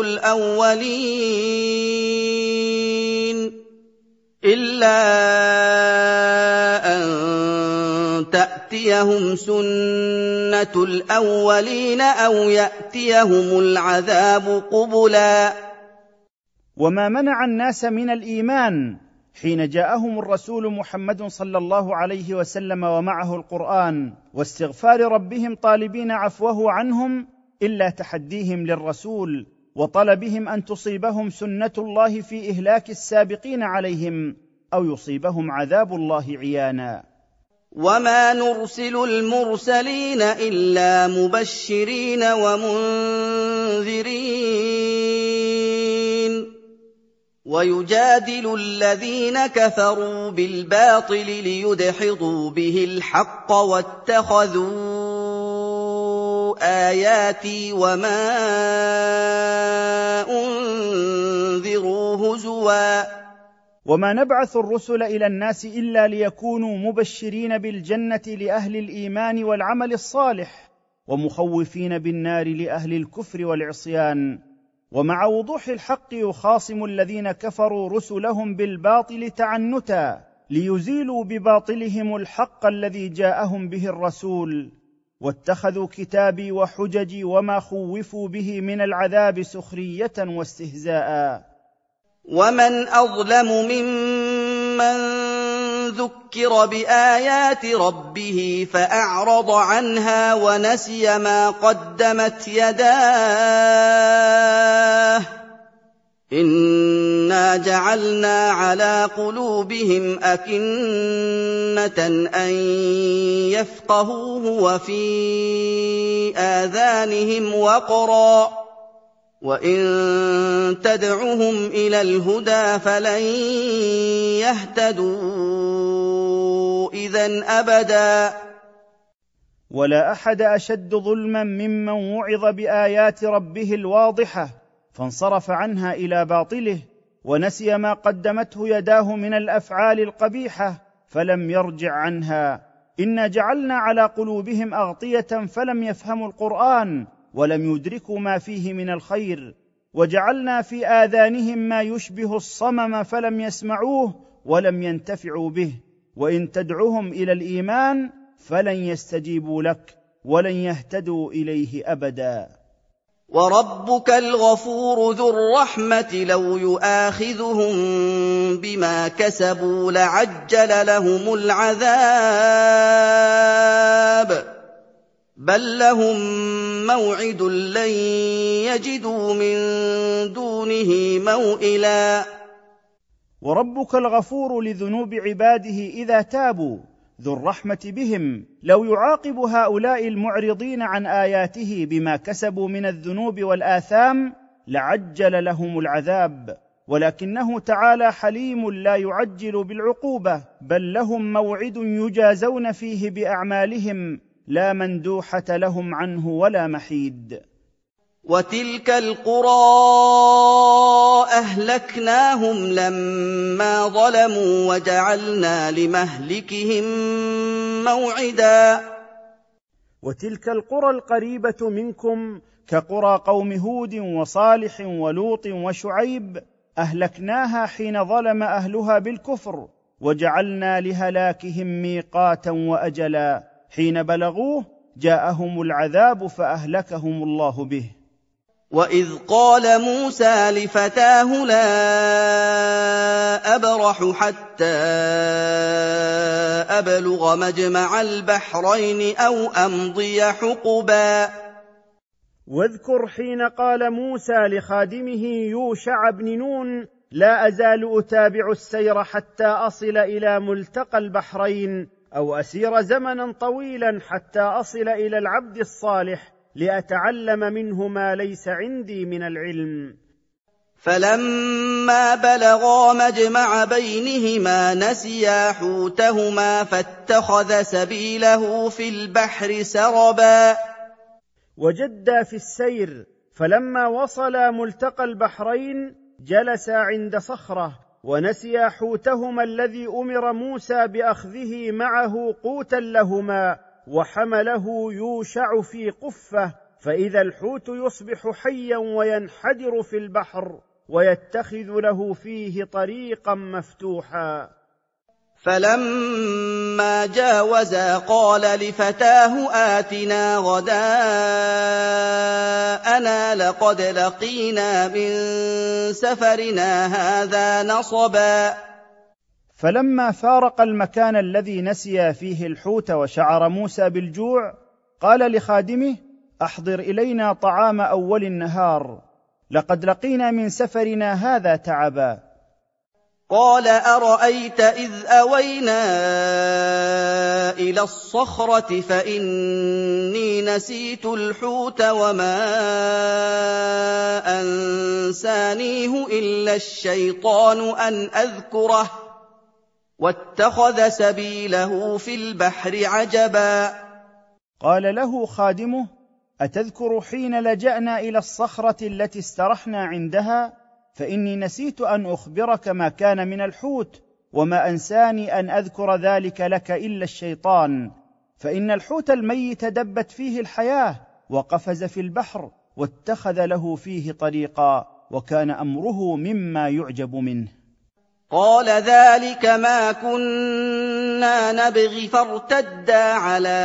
الْأَوَّلِينَ أَوْ يَأْتِيَهُمُ الْعَذَابُ قُبُلًا. وما منع الناس من الإيمان حين جاءهم الرسول محمد صلى الله عليه وسلم ومعه القرآن واستغفار ربهم طالبين عفوه عنهم إلا تحديهم للرسول وطلبهم أن تصيبهم سنة الله في إهلاك السابقين عليهم أو يصيبهم عذاب الله عيانا. وَمَا نُرْسِلُ الْمُرْسَلِينَ إِلَّا مُبَشِّرِينَ وَمُنذِرِينَ وَيُجَادِلُ الَّذِينَ كَفَرُوا بِالْبَاطِلِ لِيُدْحِضُوا بِهِ الْحَقَّ وَاتَّخَذُوا آيَاتِي وَمَا أُنذِرُوا هُزُوًا. وما نبعث الرسل إلى الناس إلا ليكونوا مبشرين بالجنة لأهل الإيمان والعمل الصالح ومخوفين بالنار لأهل الكفر والعصيان. ومع وضوح الحق يخاصم الذين كفروا رسلهم بالباطل تعنتا ليزيلوا بباطلهم الحق الذي جاءهم به الرسول، واتخذوا كتابي وحججي وما خوفوا به من العذاب سخرية واستهزاء. وَمَنْ أَظْلَمُ مِمَّن ذُكِّرَ بِآيَاتِ رَبِّهِ فَأَعْرَضَ عَنْهَا وَنَسِيَ مَا قَدَّمَتْ يَدَاهُ ۚ إِنَّا جَعَلْنَا عَلَىٰ قُلُوبِهِمْ أَكِنَّةً أَن يَفْقَهُوهُ وَفِي آذَانِهِمْ وَقْرًا ۚ وَإِن تَدْعُهُمْ إِلَى الْهُدَىٰ فَلَن يَهْتَدُوا إِذًا أَبَدًا. ولا أحد أشد ظلما ممن وعظ بآيات ربه الواضحة فانصرف عنها إلى باطله ونسي ما قدمته يداه من الأفعال القبيحة فلم يرجع عنها. إنا جعلنا على قلوبهم أغطية فلم يفهموا القرآن ولم يدركوا ما فيه من الخير، وجعلنا في آذانهم ما يشبه الصمم فلم يسمعوه ولم ينتفعوا به، وإن تدعهم إلى الإيمان فلن يستجيبوا لك ولن يهتدوا إليه أبدا. وَرَبُّكَ الْغَفُورُ ذُو الرَّحْمَةِ لَوْ يُؤَاخِذُهُم بِمَا كَسَبُوا لَعَجَّلَ لَهُمُ الْعَذَابَ، بَل لَّهُم مَّوْعِدٌ لَّن يَجِدُوا مِن دُونِهِ مَوْئِلًا. وربك الغفور لذنوب عباده إذا تابوا ذو الرحمة بهم، لو يعاقب هؤلاء المعرضين عن آياته بما كسبوا من الذنوب والآثام لعجل لهم العذاب، ولكنه تعالى حليم لا يعجل بالعقوبة، بل لهم موعد يجازون فيه بأعمالهم لا مندوحة لهم عنه ولا محيد. وَتِلْكَ الْقُرَىٰ أَهْلَكْنَاهُمْ لَمَّا ظَلَمُوا وَجَعَلْنَا لِمَهْلِكِهِم مَّوْعِدًا. وتلك القرى القريبة منكم كقرى قوم هود وصالح ولوط وشعيب أهلكناها حين ظلم أهلها بالكفر، وجعلنا لهلاكهم ميقاتا وأجلا، حين بلغوه جاءهم العذاب فأهلكهم الله به. وَإِذْ قَالَ مُوسَىٰ لِفَتَاهُ لَا أَبْرَحُ حَتَّىٰ أَبْلُغَ مَجْمَعَ الْبَحْرَيْنِ أَوْ أَمْضِيَ حُقُبًا. واذكر حين قال موسى لخادمه يوشع بن نون: لا أزال أتابع السير حتى أصل إلى ملتقى البحرين، أو أسير زمنا طويلا حتى أصل إلى العبد الصالح لأتعلم منه ما ليس عندي من العلم. فَلَمَّا بَلَغَا مَجْمَعَ بَيْنِهِمَا نَسِيَا حُوتَهُمَا فَاتَّخَذَ سَبِيلَهُ فِي الْبَحْرِ سَرَبًا. وجدا في السير، فلما وصلا ملتقى البحرين جلسا عند صخرة، ونسيا حوتهما الذي أمر موسى بأخذه معه قوتا لهما، وحمله يوشع في قفة، فإذا الحوت يصبح حيا وينحدر في البحر ويتخذ له فيه طريقا مفتوحا. فَلَمَّا جَاوَزَا قَالَ لِفَتَاهُ آتِنَا غَدَاءَنَا لَقَدْ لَقِينَا مِن سَفَرِنَا هَٰذَا نَصَبًا. فلما فارق المكان الذي نسي فيه الحوت وشعر موسى بالجوع، قال لخادمه: أحضر إلينا طعام أول النهار، لقد لقينا من سفرنا هذا تعبا. قَالَ أَرَأَيْتَ إِذْ أَوَيْنَا إِلَى الصَّخْرَةِ فَإِنِّي نَسِيتُ الْحُوتَ وَمَا أَنسَانِيهُ إِلَّا الشَّيْطَانُ أَنْ أَذْكُرَهُ وَاتَّخَذَ سَبِيلَهُ فِي الْبَحْرِ عَجَبًا. قال له خادمه: أتذكر حين لجأنا إلى الصخرة التي استرحنا عندها؟ فإني نسيت أن أخبرك ما كان من الحوت، وما أنساني أن أذكر ذلك لك إلا الشيطان، فإن الحوت الميت دبت فيه الحياة وقفز في البحر واتخذ له فيه طريقا، وكان أمره مما يعجب منه. قَالَ ذَٰلِكَ مَا كُنَّا نَبْغِ فَارْتَدَّا عَلَىٰ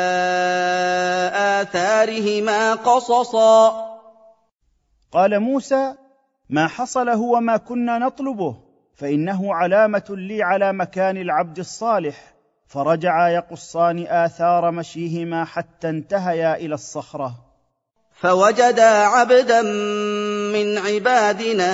آثَارِهِمَا قَصَصًا. قال موسى: ما حصل هو ما كنا نطلبه، فإنه علامة لي على مكان العبد الصالح. فرجعا يقصان آثار مشيهما حتى انتهيا إلى الصخرة، فوجدا عبدا من عبادنا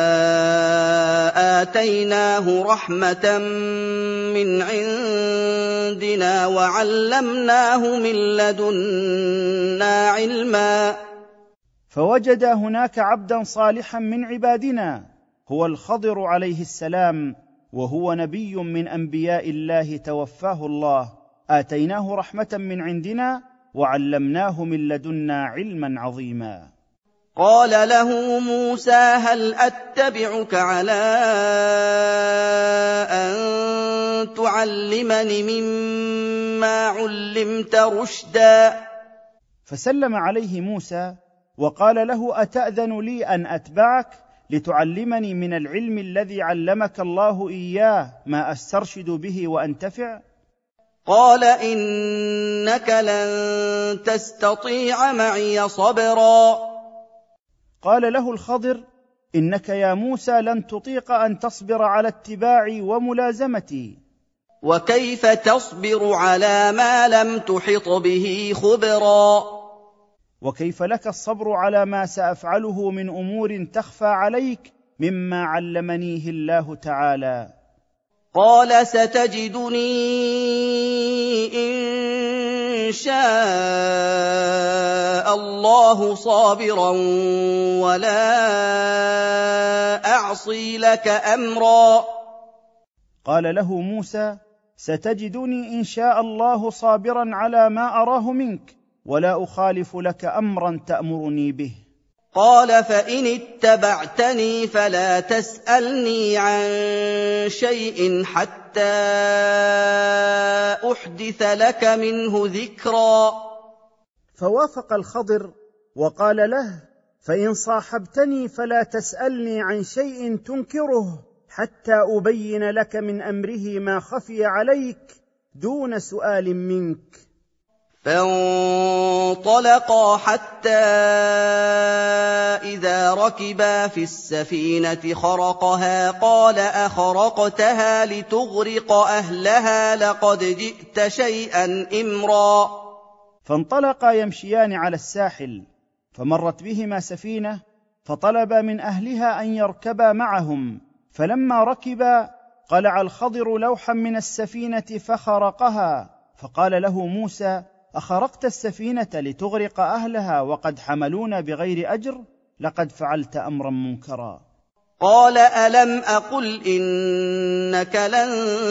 آتيناه رحمة من عندنا وعلمناه من لدنا علما. فوجد هناك عبدا صالحا من عبادنا، هو الخضر عليه السلام، وهو نبي من أنبياء الله توفاه الله، آتيناه رحمة من عندنا وعلمناه من لدنا علما عظيما. قال له موسى: هل أتبعك على أن تعلمني مما علمت رشدا؟ فسلم عليه موسى وقال له: أتأذن لي أن أتبعك لتعلمني من العلم الذي علمك الله إياه ما أسترشد به وأنتفع؟ قال: إنك لن تستطيع معي صبرا. قال له الخضر: إنك يا موسى لن تطيق أن تصبر على اتباعي وملازمتي. وكيف تصبر على ما لم تحط به خبرا؟ وكيف لك الصبر على ما سأفعله من أمور تخفى عليك مما علمنيه الله تعالى؟ قال: ستجدني إن شاء الله صابرا ولا أعصي لك أمرا. قال له موسى: ستجدني إن شاء الله صابرا على ما أراه منك، ولا أخالف لك أمرا تأمرني به. قال: فإن اتبعتني فلا تسألني عن شيء حتى أحدث لك منه ذكرا. فوافق الخضر وقال له: فإن صاحبتني فلا تسألني عن شيء تنكره حتى أبين لك من أمره ما خفي عليك دون سؤال منك. فانطلقا حتى إذا ركبا في السفينة خرقها قال أخرقتها لتغرق أهلها لقد جئت شيئا إمرا. فانطلقا يمشيان على الساحل، فمرت بهما سفينة، فطلب من أهلها أن يركبا معهم، فلما ركبا قلع الخضر لوحا من السفينة فخرقها، فقال له موسى: أخرقت السفينة لتغرق أهلها وقد حملونا بغير أجر؟ لقد فعلت أمرا منكرا. قال ألم أقل إنك لن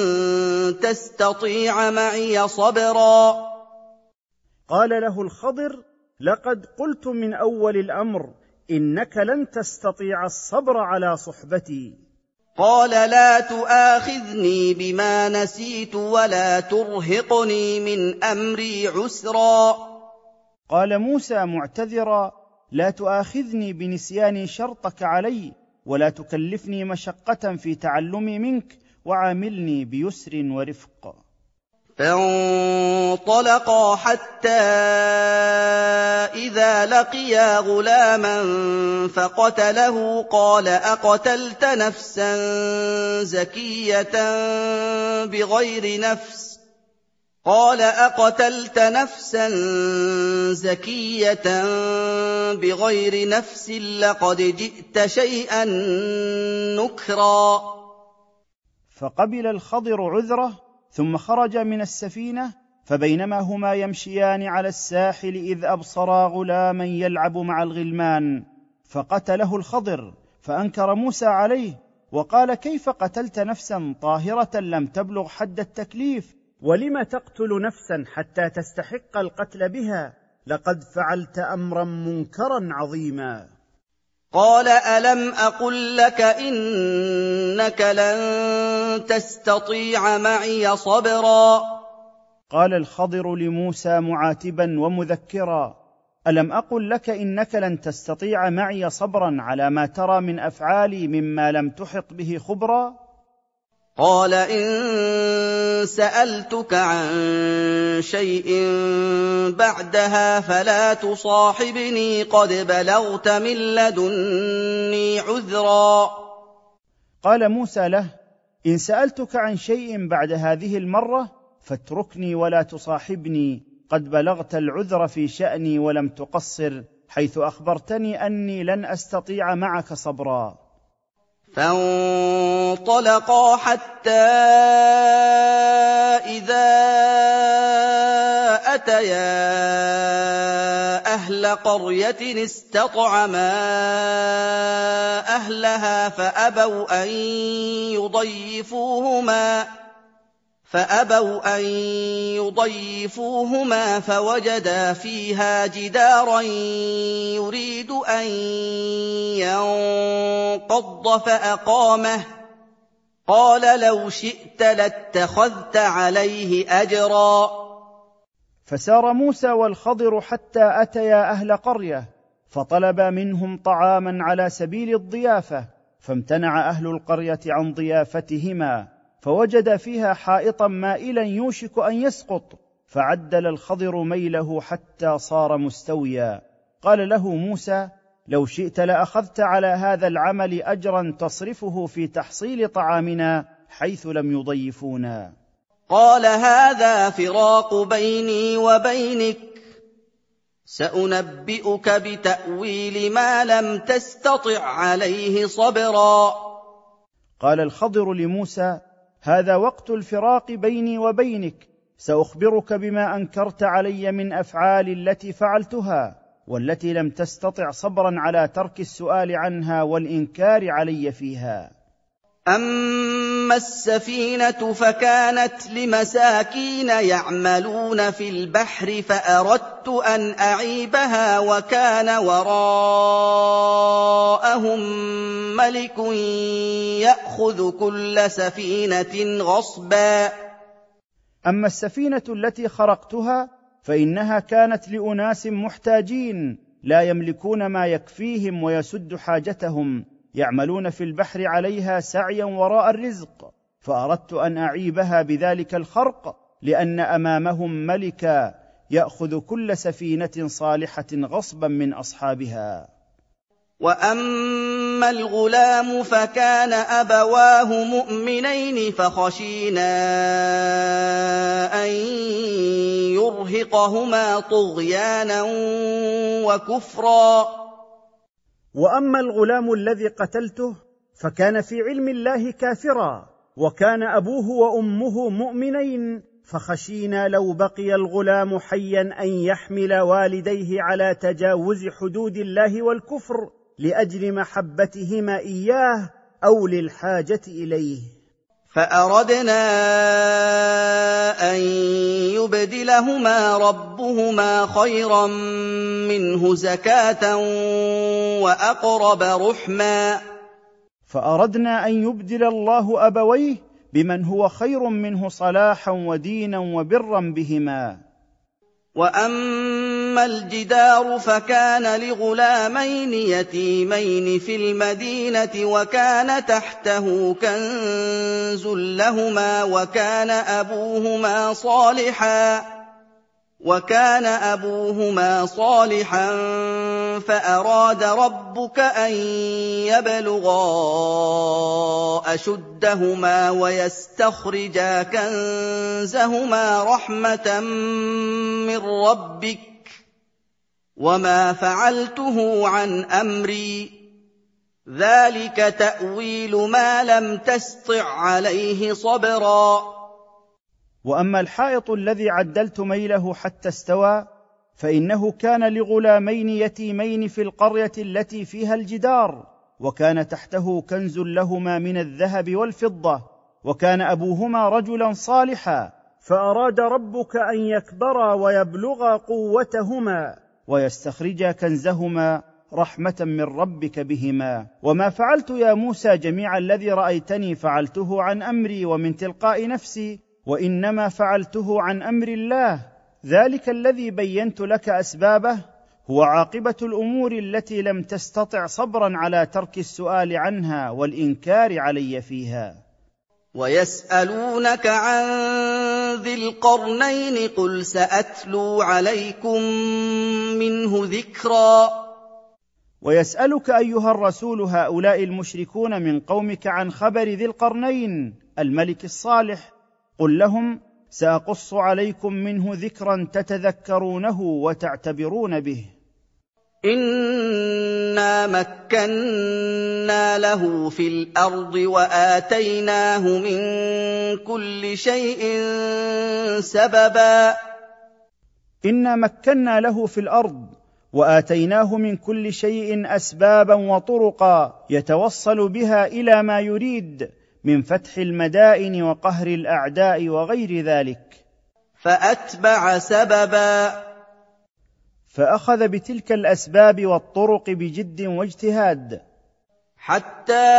تستطيع معي صبرا. قال له الخضر: لقد قلت من أول الأمر إنك لن تستطيع الصبر على صحبتي. قال لا تؤاخذني بما نسيت ولا ترهقني من أمري عسرا. قال موسى معتذرا: لا تؤاخذني بنسيان شرطك علي، ولا تكلفني مشقة في تعلمي منك، وعاملني بيسر ورفق. فانطلقا حتى إذا لقيا غلاما فقتله قال أقتلت نفسا زكية بغير نفس لقد جئت شيئا نكرا. فقبل الخضر عذره ثم خرج من السفينة، فبينما هما يمشيان على الساحل إذ أبصرا غلاما يلعب مع الغلمان، فقتله الخضر، فأنكر موسى عليه وقال: كيف قتلت نفسا طاهرة لم تبلغ حد التكليف؟ ولم تقتل نفسا حتى تستحق القتل بها؟ لقد فعلت أمرا منكرا عظيما. قال ألم أقل لك إنك لن تستطيع معي صبرا. قال الخضر لموسى معاتبا ومذكرا: ألم أقل لك إنك لن تستطيع معي صبرا على ما ترى من أفعالي مما لم تحط به خبرا؟ قال إن سألتك عن شيء بعدها فلا تصاحبني قد بلغت من لدني عذرا. قال موسى له: إن سألتك عن شيء بعد هذه المرة فاتركني ولا تصاحبني، قد بلغت العذر في شأني ولم تقصر، حيث أخبرتني أني لن أستطيع معك صبرا. فانطلقا حتى إذا أتيا أهل قرية استطعما أهلها فأبوا أن يضيفوهما فوجدا فيها جدارا يريد أن ينقض فأقامه. قال لو شئت لاتخذت عليه أجرا. فسار موسى والخضر حتى أتيا أهل قرية، فطلبا منهم طعاما على سبيل الضيافة، فامتنع أهل القرية عن ضيافتهما، فوجد فيها حائطا مائلا يوشك أن يسقط، فعدل الخضر ميله حتى صار مستويا. قال له موسى: لو شئت لأخذت على هذا العمل أجرا تصرفه في تحصيل طعامنا حيث لم يضيفونا. قال هذا فراق بيني وبينك، سأنبئك بتأويل ما لم تستطع عليه صبرا. قال الخضر لموسى: هذا وقت الفراق بيني وبينك، سأخبرك بما أنكرت علي من أفعالي التي فعلتها والتي لم تستطع صبرا على ترك السؤال عنها والإنكار علي فيها. أما السفينة فكانت لمساكين يعملون في البحر فأردت أن أعيبها وكان وراءهم ملك يأخذ كل سفينة غصبا. أما السفينة التي خرقتها فإنها كانت لأناس محتاجين لا يملكون ما يكفيهم ويسد حاجتهم، يعملون في البحر عليها سعيا وراء الرزق، فأردت أن أعيبها بذلك الخرق، لأن أمامهم ملكا ياخذ كل سفينه صالحه غصبا من اصحابها. وَأَمَّا الْغُلَامُ فَكَانَ أَبَوَاهُ مُؤْمِنَيْنِ فَخَشِينَا أَن يُرْهِقَهُمَا طُغْيَانًا وَكُفْرًا. وأما الغلام الذي قتلته فكان في علم الله كافرا، وكان أبوه وأمه مؤمنين، فخشينا لو بقي الغلام حيا أن يحمل والديه على تجاوز حدود الله والكفر لأجل محبتهما إياه أو للحاجة إليه. فأردنا أن يبدلهما ربهما خيرا منه زكاة وأقرب رحما. فأردنا أن يبدل الله أبويه بمن هو خير منه صلاحا ودينا وبرا بهما. وَأَمَّا الْجِدَارُ فَكَانَ لِغُلَامَيْنِ يَتِيمَيْنِ فِي الْمَدِينَةِ وَكَانَ تَحْتَهُ كَنزٌ لَّهُمَا وَكَانَ أَبُوهُمَا صَالِحًا فَأَرَادَ رَبُّكَ أَن يَبْلُغَا أَشُدَّهُمَا وَيَسْتَخْرِجَا كَنزَهُمَا رَحْمَةً مِّن رَّبِّكَ ۚ وَمَا فَعَلْتُهُ عَنْ أَمْرِي ۚ ذَٰلِكَ تَأْوِيلُ مَا لَمْ تَسْطِع عَّلَيْهِ صَبْرًا. وأما الحائط الذي عدلت ميله حتى استوى فإنه كان لغلامين يتيمين في القرية التي فيها الجدار، وكان تحته كنز لهما من الذهب والفضة، وكان أبوهما رجلا صالحا، فأراد ربك أن يكبرا ويبلغا قوتهما ويستخرجا كنزهما رحمة من ربك بهما. وما فعلت يا موسى جميع الذي رأيتني فعلته عن أمري ومن تلقاء نفسي، وإنما فعلته عن أمر الله، ذلك الذي بينت لك أسبابه هو عاقبة الأمور التي لم تستطع صبرا على ترك السؤال عنها والإنكار علي فيها. وَيَسْأَلُونَكَ عَن ذِي الْقَرْنَيْنِ قُلْ سَأَتْلُو عَلَيْكُم مِّنْهُ ذِكْرًا. ويسألك أيها الرسول هؤلاء المشركون من قومك عن خبر ذي القرنين الملك الصالح، قل لهم سأقص عليكم منه ذكرا تتذكرونه وتعتبرون به. إِنَّا مَكَّنَّا لَهُ فِي الْأَرْضِ وَآتَيْنَاهُ مِن كُلِّ شَيْءٍ سَبَبًا. إنا مكنا له في الأرض وآتيناه من كل شيء أسبابا وطرقا يتوصل بها إلى ما يريد من فتح المدائن وقهر الأعداء وغير ذلك. فأتبع سببا. فأخذ بتلك الأسباب والطرق بجد واجتهاد، حتى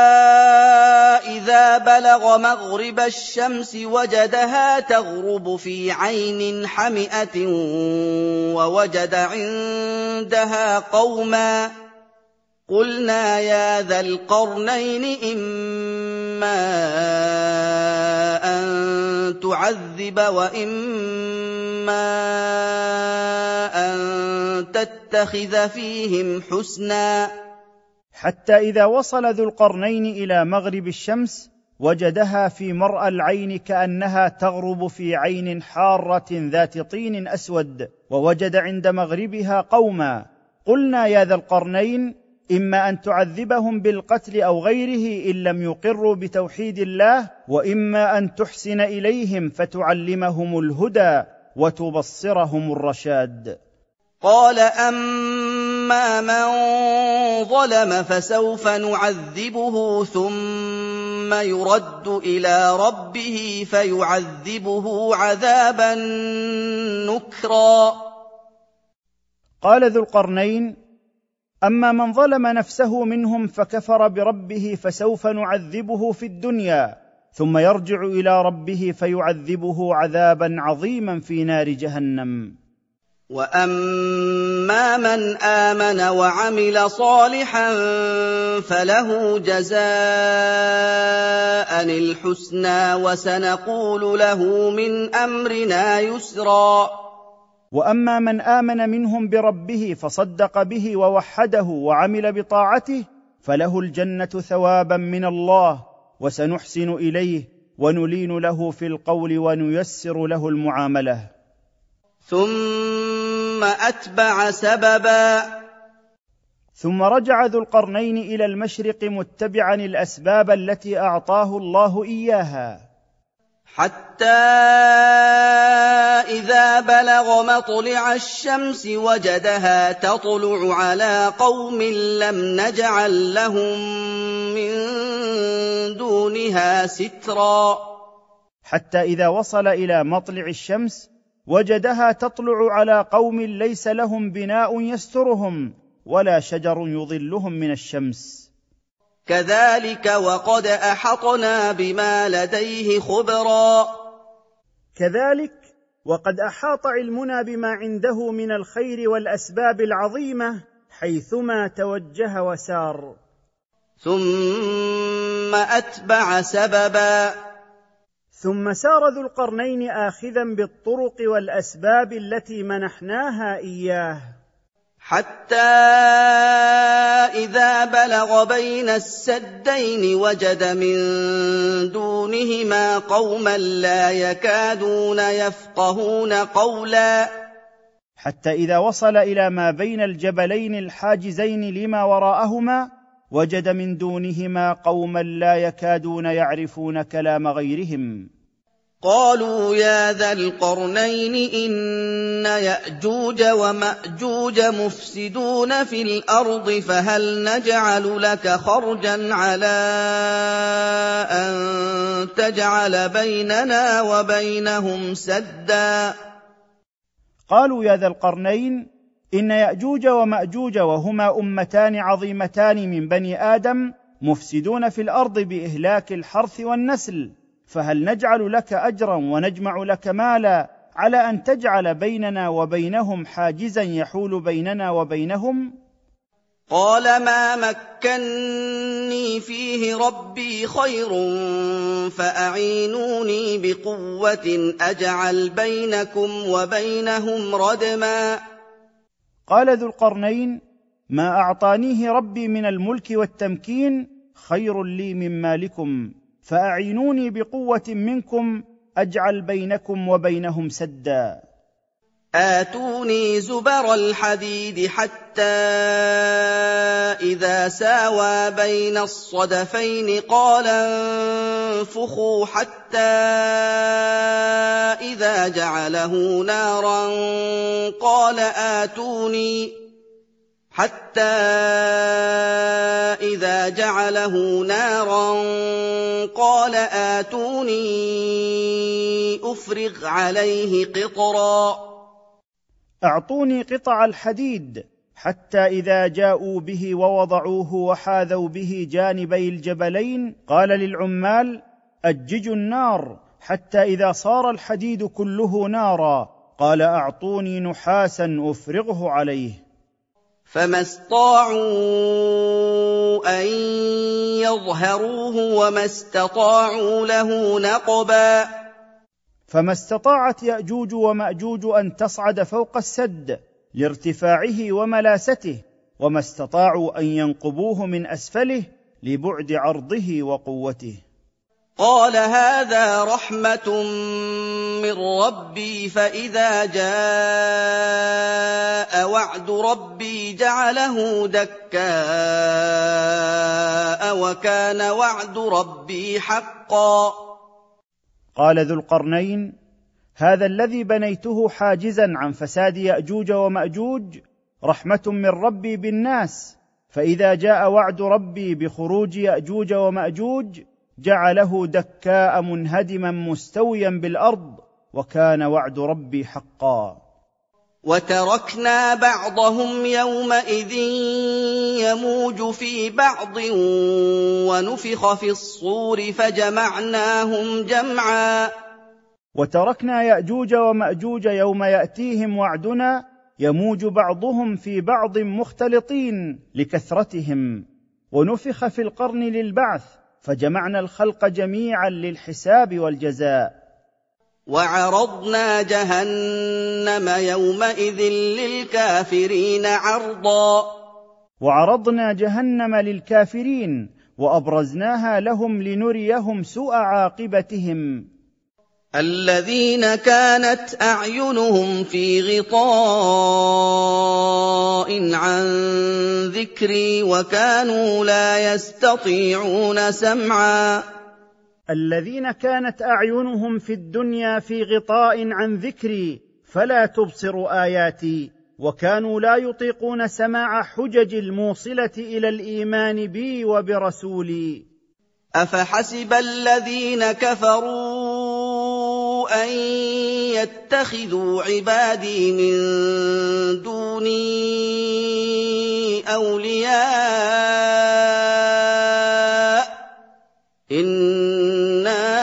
إذا بلغ مغرب الشمس وجدها تغرب في عين حمئة ووجد عندها قوما، قلنا يا ذا القرنين إما أن تعذب وإما أن تتخذ فيهم حسنا. حتى إذا وصل ذو القرنين إلى مغرب الشمس وجدها في مرأى العين كأنها تغرب في عين حارة ذات طين أسود، ووجد عند مغربها قوما، قلنا يا ذا القرنين إما أن تعذبهم بالقتل أو غيره إن لم يقروا بتوحيد الله، وإما أن تحسن إليهم فتعلمهم الهدى وتبصرهم الرشاد. قال أما من ظلم فسوف نعذبه ثم يرد إلى ربه فيعذبه عذابا نكرا. قال ذو القرنين أما من ظلم نفسه منهم فكفر بربه فسوف نعذبه في الدنيا ثم يرجع إلى ربه فيعذبه عذابا عظيما في نار جهنم. وأما من آمن وعمل صالحا فله جزاء الحسنى وسنقول له من أمرنا يسرا. واما من امن منهم بربه فصدق به ووحده وعمل بطاعته فله الجنه ثوابا من الله، وسنحسن اليه ونلين له في القول ونيسر له المعامله. ثم أتبع سببا. ثم رجع ذو القرنين الى المشرق متبعا الاسباب التي اعطاه الله اياها، حتى إذا بلغ مطلع الشمس وجدها تطلع على قوم لم نجعل لهم من دونها سترا. حتى إذا وصل إلى مطلع الشمس وجدها تطلع على قوم ليس لهم بناء يسترهم ولا شجر يظلهم من الشمس. كذلك وقد أحطنا بما لديه خبرا. كذلك وقد أحاط علمنا بما عنده من الخير والأسباب العظيمة حيثما توجه وسار. ثم أتبع سببا. ثم سار ذو القرنين آخذا بالطرق والأسباب التي منحناها إياه، حتى إذا بلغ بين السدين وجد من دونهما قوما لا يكادون يفقهون قولا. حتى إذا وصل إلى ما بين الجبلين الحاجزين لما وراءهما وجد من دونهما قوما لا يكادون يعرفون كلام غيرهم. قالوا يا ذا القرنين إن يأجوج ومأجوج مفسدون في الأرض فهل نجعل لك خرجا على أن تجعل بيننا وبينهم سدا. قالوا يا ذا القرنين إن يأجوج ومأجوج وهما أمتان عظيمتان من بني آدم مفسدون في الأرض بإهلاك الحرث والنسل، فهل نجعل لك أجرا ونجمع لك مالا على أن تجعل بيننا وبينهم حاجزا يحول بيننا وبينهم؟ قال ما مكني فيه ربي خير فأعينوني بقوة أجعل بينكم وبينهم ردما. قال ذو القرنين ما أعطانيه ربي من الملك والتمكين خير لي من مالكم، فأعينوني بقوة منكم أجعل بينكم وبينهم سدا. آتوني زبر الحديد حتى إذا ساوى بين الصدفين قال انفخوا حتى إذا جعله نارا قال آتوني أفرغ عليه قطرا. أعطوني قطع الحديد حتى إذا جاءوا به ووضعوه وحاذوا به جانبي الجبلين قال للعمال أججوا النار، حتى إذا صار الحديد كله نارا قال أعطوني نحاسا أفرغه عليه. فما استطاعوا أن يظهروه وما استطاعوا له نقبا. فما استطاعت يأجوج ومأجوج أن تصعد فوق السد لارتفاعه وملاسته، وما استطاعوا أن ينقبوه من أسفله لبعد عرضه وقوته. قال هذا رحمة من ربي فإذا جاء وعد ربي جعله دكاء وكان وعد ربي حقا. قال ذو القرنين هذا الذي بنيته حاجزا عن فساد يأجوج ومأجوج رحمة من ربي بالناس، فإذا جاء وعد ربي بخروج يأجوج ومأجوج جعله دكاء منهدما مستويا بالأرض، وكان وعد ربي حقا. وتركنا بعضهم يومئذ يموج في بعض ونفخ في الصور فجمعناهم جمعا. وتركنا يأجوج ومأجوج يوم يأتيهم وعدنا يموج بعضهم في بعض مختلطين لكثرتهم، ونفخ في القرن للبعث فجمعنا الخلق جميعا للحساب والجزاء. وَعَرَضْنَا جَهَنَّمَ يَوْمَئِذٍ لِّلْكَافِرِينَ عَرْضًا وعرضنا جهنم للكافرين وأبرزناها لهم لنريهم سوء عاقبتهم. الَّذِينَ كَانَتْ أَعْيُنُهُمْ فِي غِطَاءٍ عَن ذِكْرِي وَكَانُوا لَا يَسْتَطِيعُونَ سَمْعًا الذين كانت أعينهم في الدنيا في غطاء عن ذكري فلا تبصر آياتي وكانوا لا يطيقون سماع حجج الموصلة إلى الإيمان بي وبرسولي. أَفَحَسِبَ الَّذِينَ كَفَرُوا أَن يَتَّخِذُوا عِبَادِي مِن دُونِي أَوْلِيَاءَ إِنَّا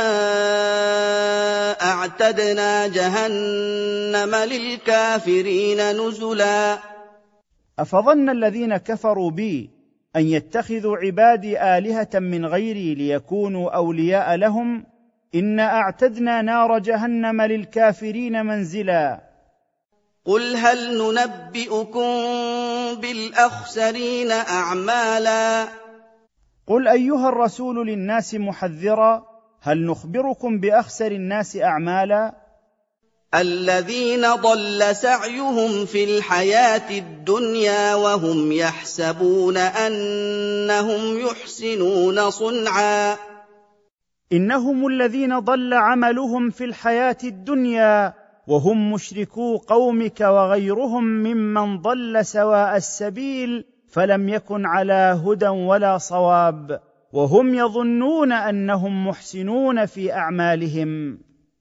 أَعْتَدْنَا جَهَنَّمَ لِلْكَافِرِينَ نُزُلًا أفظن الذين كفروا بي أن يتخذوا عبادي آلهة من غيري ليكونوا أولياء لهم إنا أعتدنا نار جهنم للكافرين منزلا. قُلْ هَلْ نُنَبِّئُكُم بِالْأَخْسَرِينَ أَعْمَالًا قل أيها الرسول للناس محذرا هل نخبركم بأخسر الناس أعمالا الَّذِينَ ضَلَّ سَعْيُهُمْ فِي الْحَيَاةِ الدُّنْيَا وَهُمْ يَحْسَبُونَ أَنَّهُمْ يُحْسِنُونَ صُنْعًا إنهم الذين ضل عملهم في الحياة الدنيا وهم مشركو قومك وغيرهم ممن ضل سواء السبيل فلم يكن على هدى ولا صواب وهم يظنون أنهم محسنون في أعمالهم.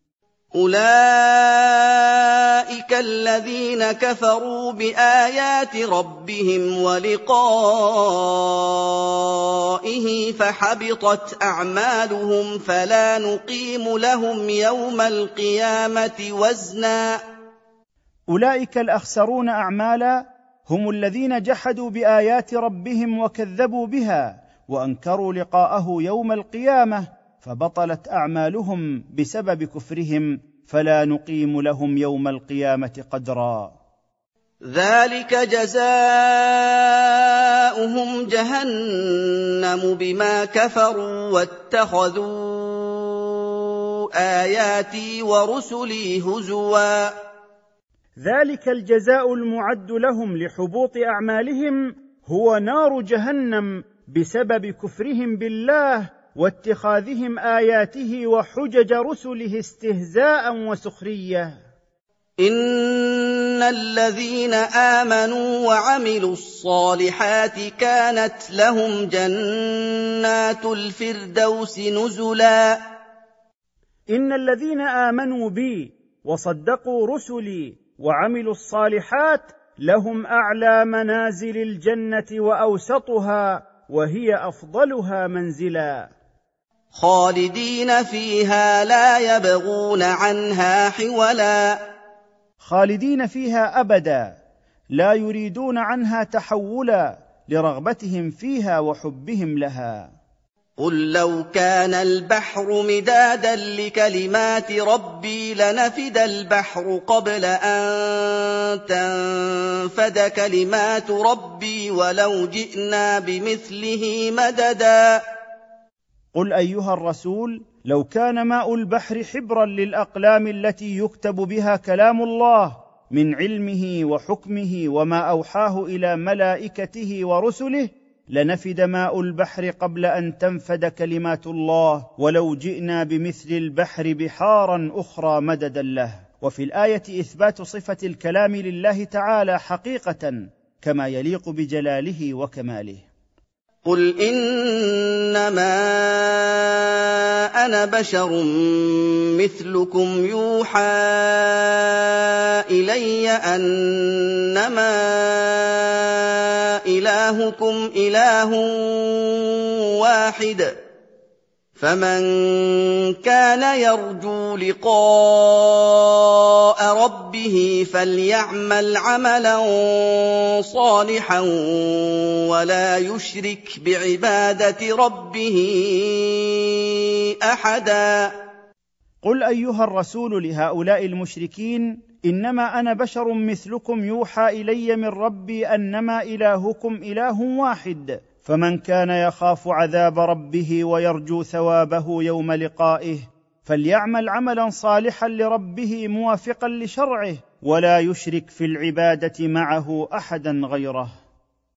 أُولَٰئِكَ الَّذِينَ كَفَرُوا بِآيَاتِ رَبِّهِمْ وَلِقَائِهِ فَحَبِطَتْ أَعْمَالُهُمْ فَلَا نُقِيمُ لَهُمْ يَوْمَ الْقِيَامَةِ وَزْنًا أولئك الأخسرون أعمالا هم الذين جحدوا بآيات ربهم وكذبوا بها وأنكروا لقاءه يوم القيامة فبطلت أعمالهم بسبب كفرهم فلا نقيم لهم يوم القيامة قدرا. ذلك جزاؤهم جهنم بما كفروا واتخذوا آياتي ورسلي هزوا. ذلك الجزاء المعد لهم لحبوط أعمالهم هو نار جهنم بسبب كفرهم بالله واتخاذهم آياته وحجج رسله استهزاء وسخرية. إن الذين آمنوا وعملوا الصالحات كانت لهم جنات الفردوس نزلا. إن الذين آمنوا بي وصدقوا رسلي وعملوا الصالحات لهم أعلى منازل الجنة وأوسطها وهي أفضلها منزلا. خالدين فيها لا يبغون عنها حولا. خالدين فيها أبدا لا يريدون عنها تحولا لرغبتهم فيها وحبهم لها. قل لو كان البحر مدادا لكلمات ربي لنفد البحر قبل أن تنفد كلمات ربي ولو جئنا بمثله مددا. قل أيها الرسول لو كان ماء البحر حبرا للأقلام التي يكتب بها كلام الله من علمه وحكمه وما أوحاه إلى ملائكته ورسله لنفد ماء البحر قبل أن تنفد كلمات الله ولو جئنا بمثل البحر بحارا أخرى مددا له. وفي الآية إثبات صفة الكلام لله تعالى حقيقة كما يليق بجلاله وكماله. قل إنما أنا بشر مثلكم يوحى إلي أنما إلهكم إله واحد فمن كان يرجو لقاء ربه فليعمل عملا صالحا ولا يشرك بعبادة ربه أحدا. قل ايها الرسول لهؤلاء المشركين: انما انا بشر مثلكم يوحى الي من ربي انما الهكم اله واحد، فمن كان يخاف عذاب ربه ويرجو ثوابه يوم لقائه فليعمل عملا صالحا لربه موافقا لشرعه، ولا يشرك في العباده معه احدا غيره.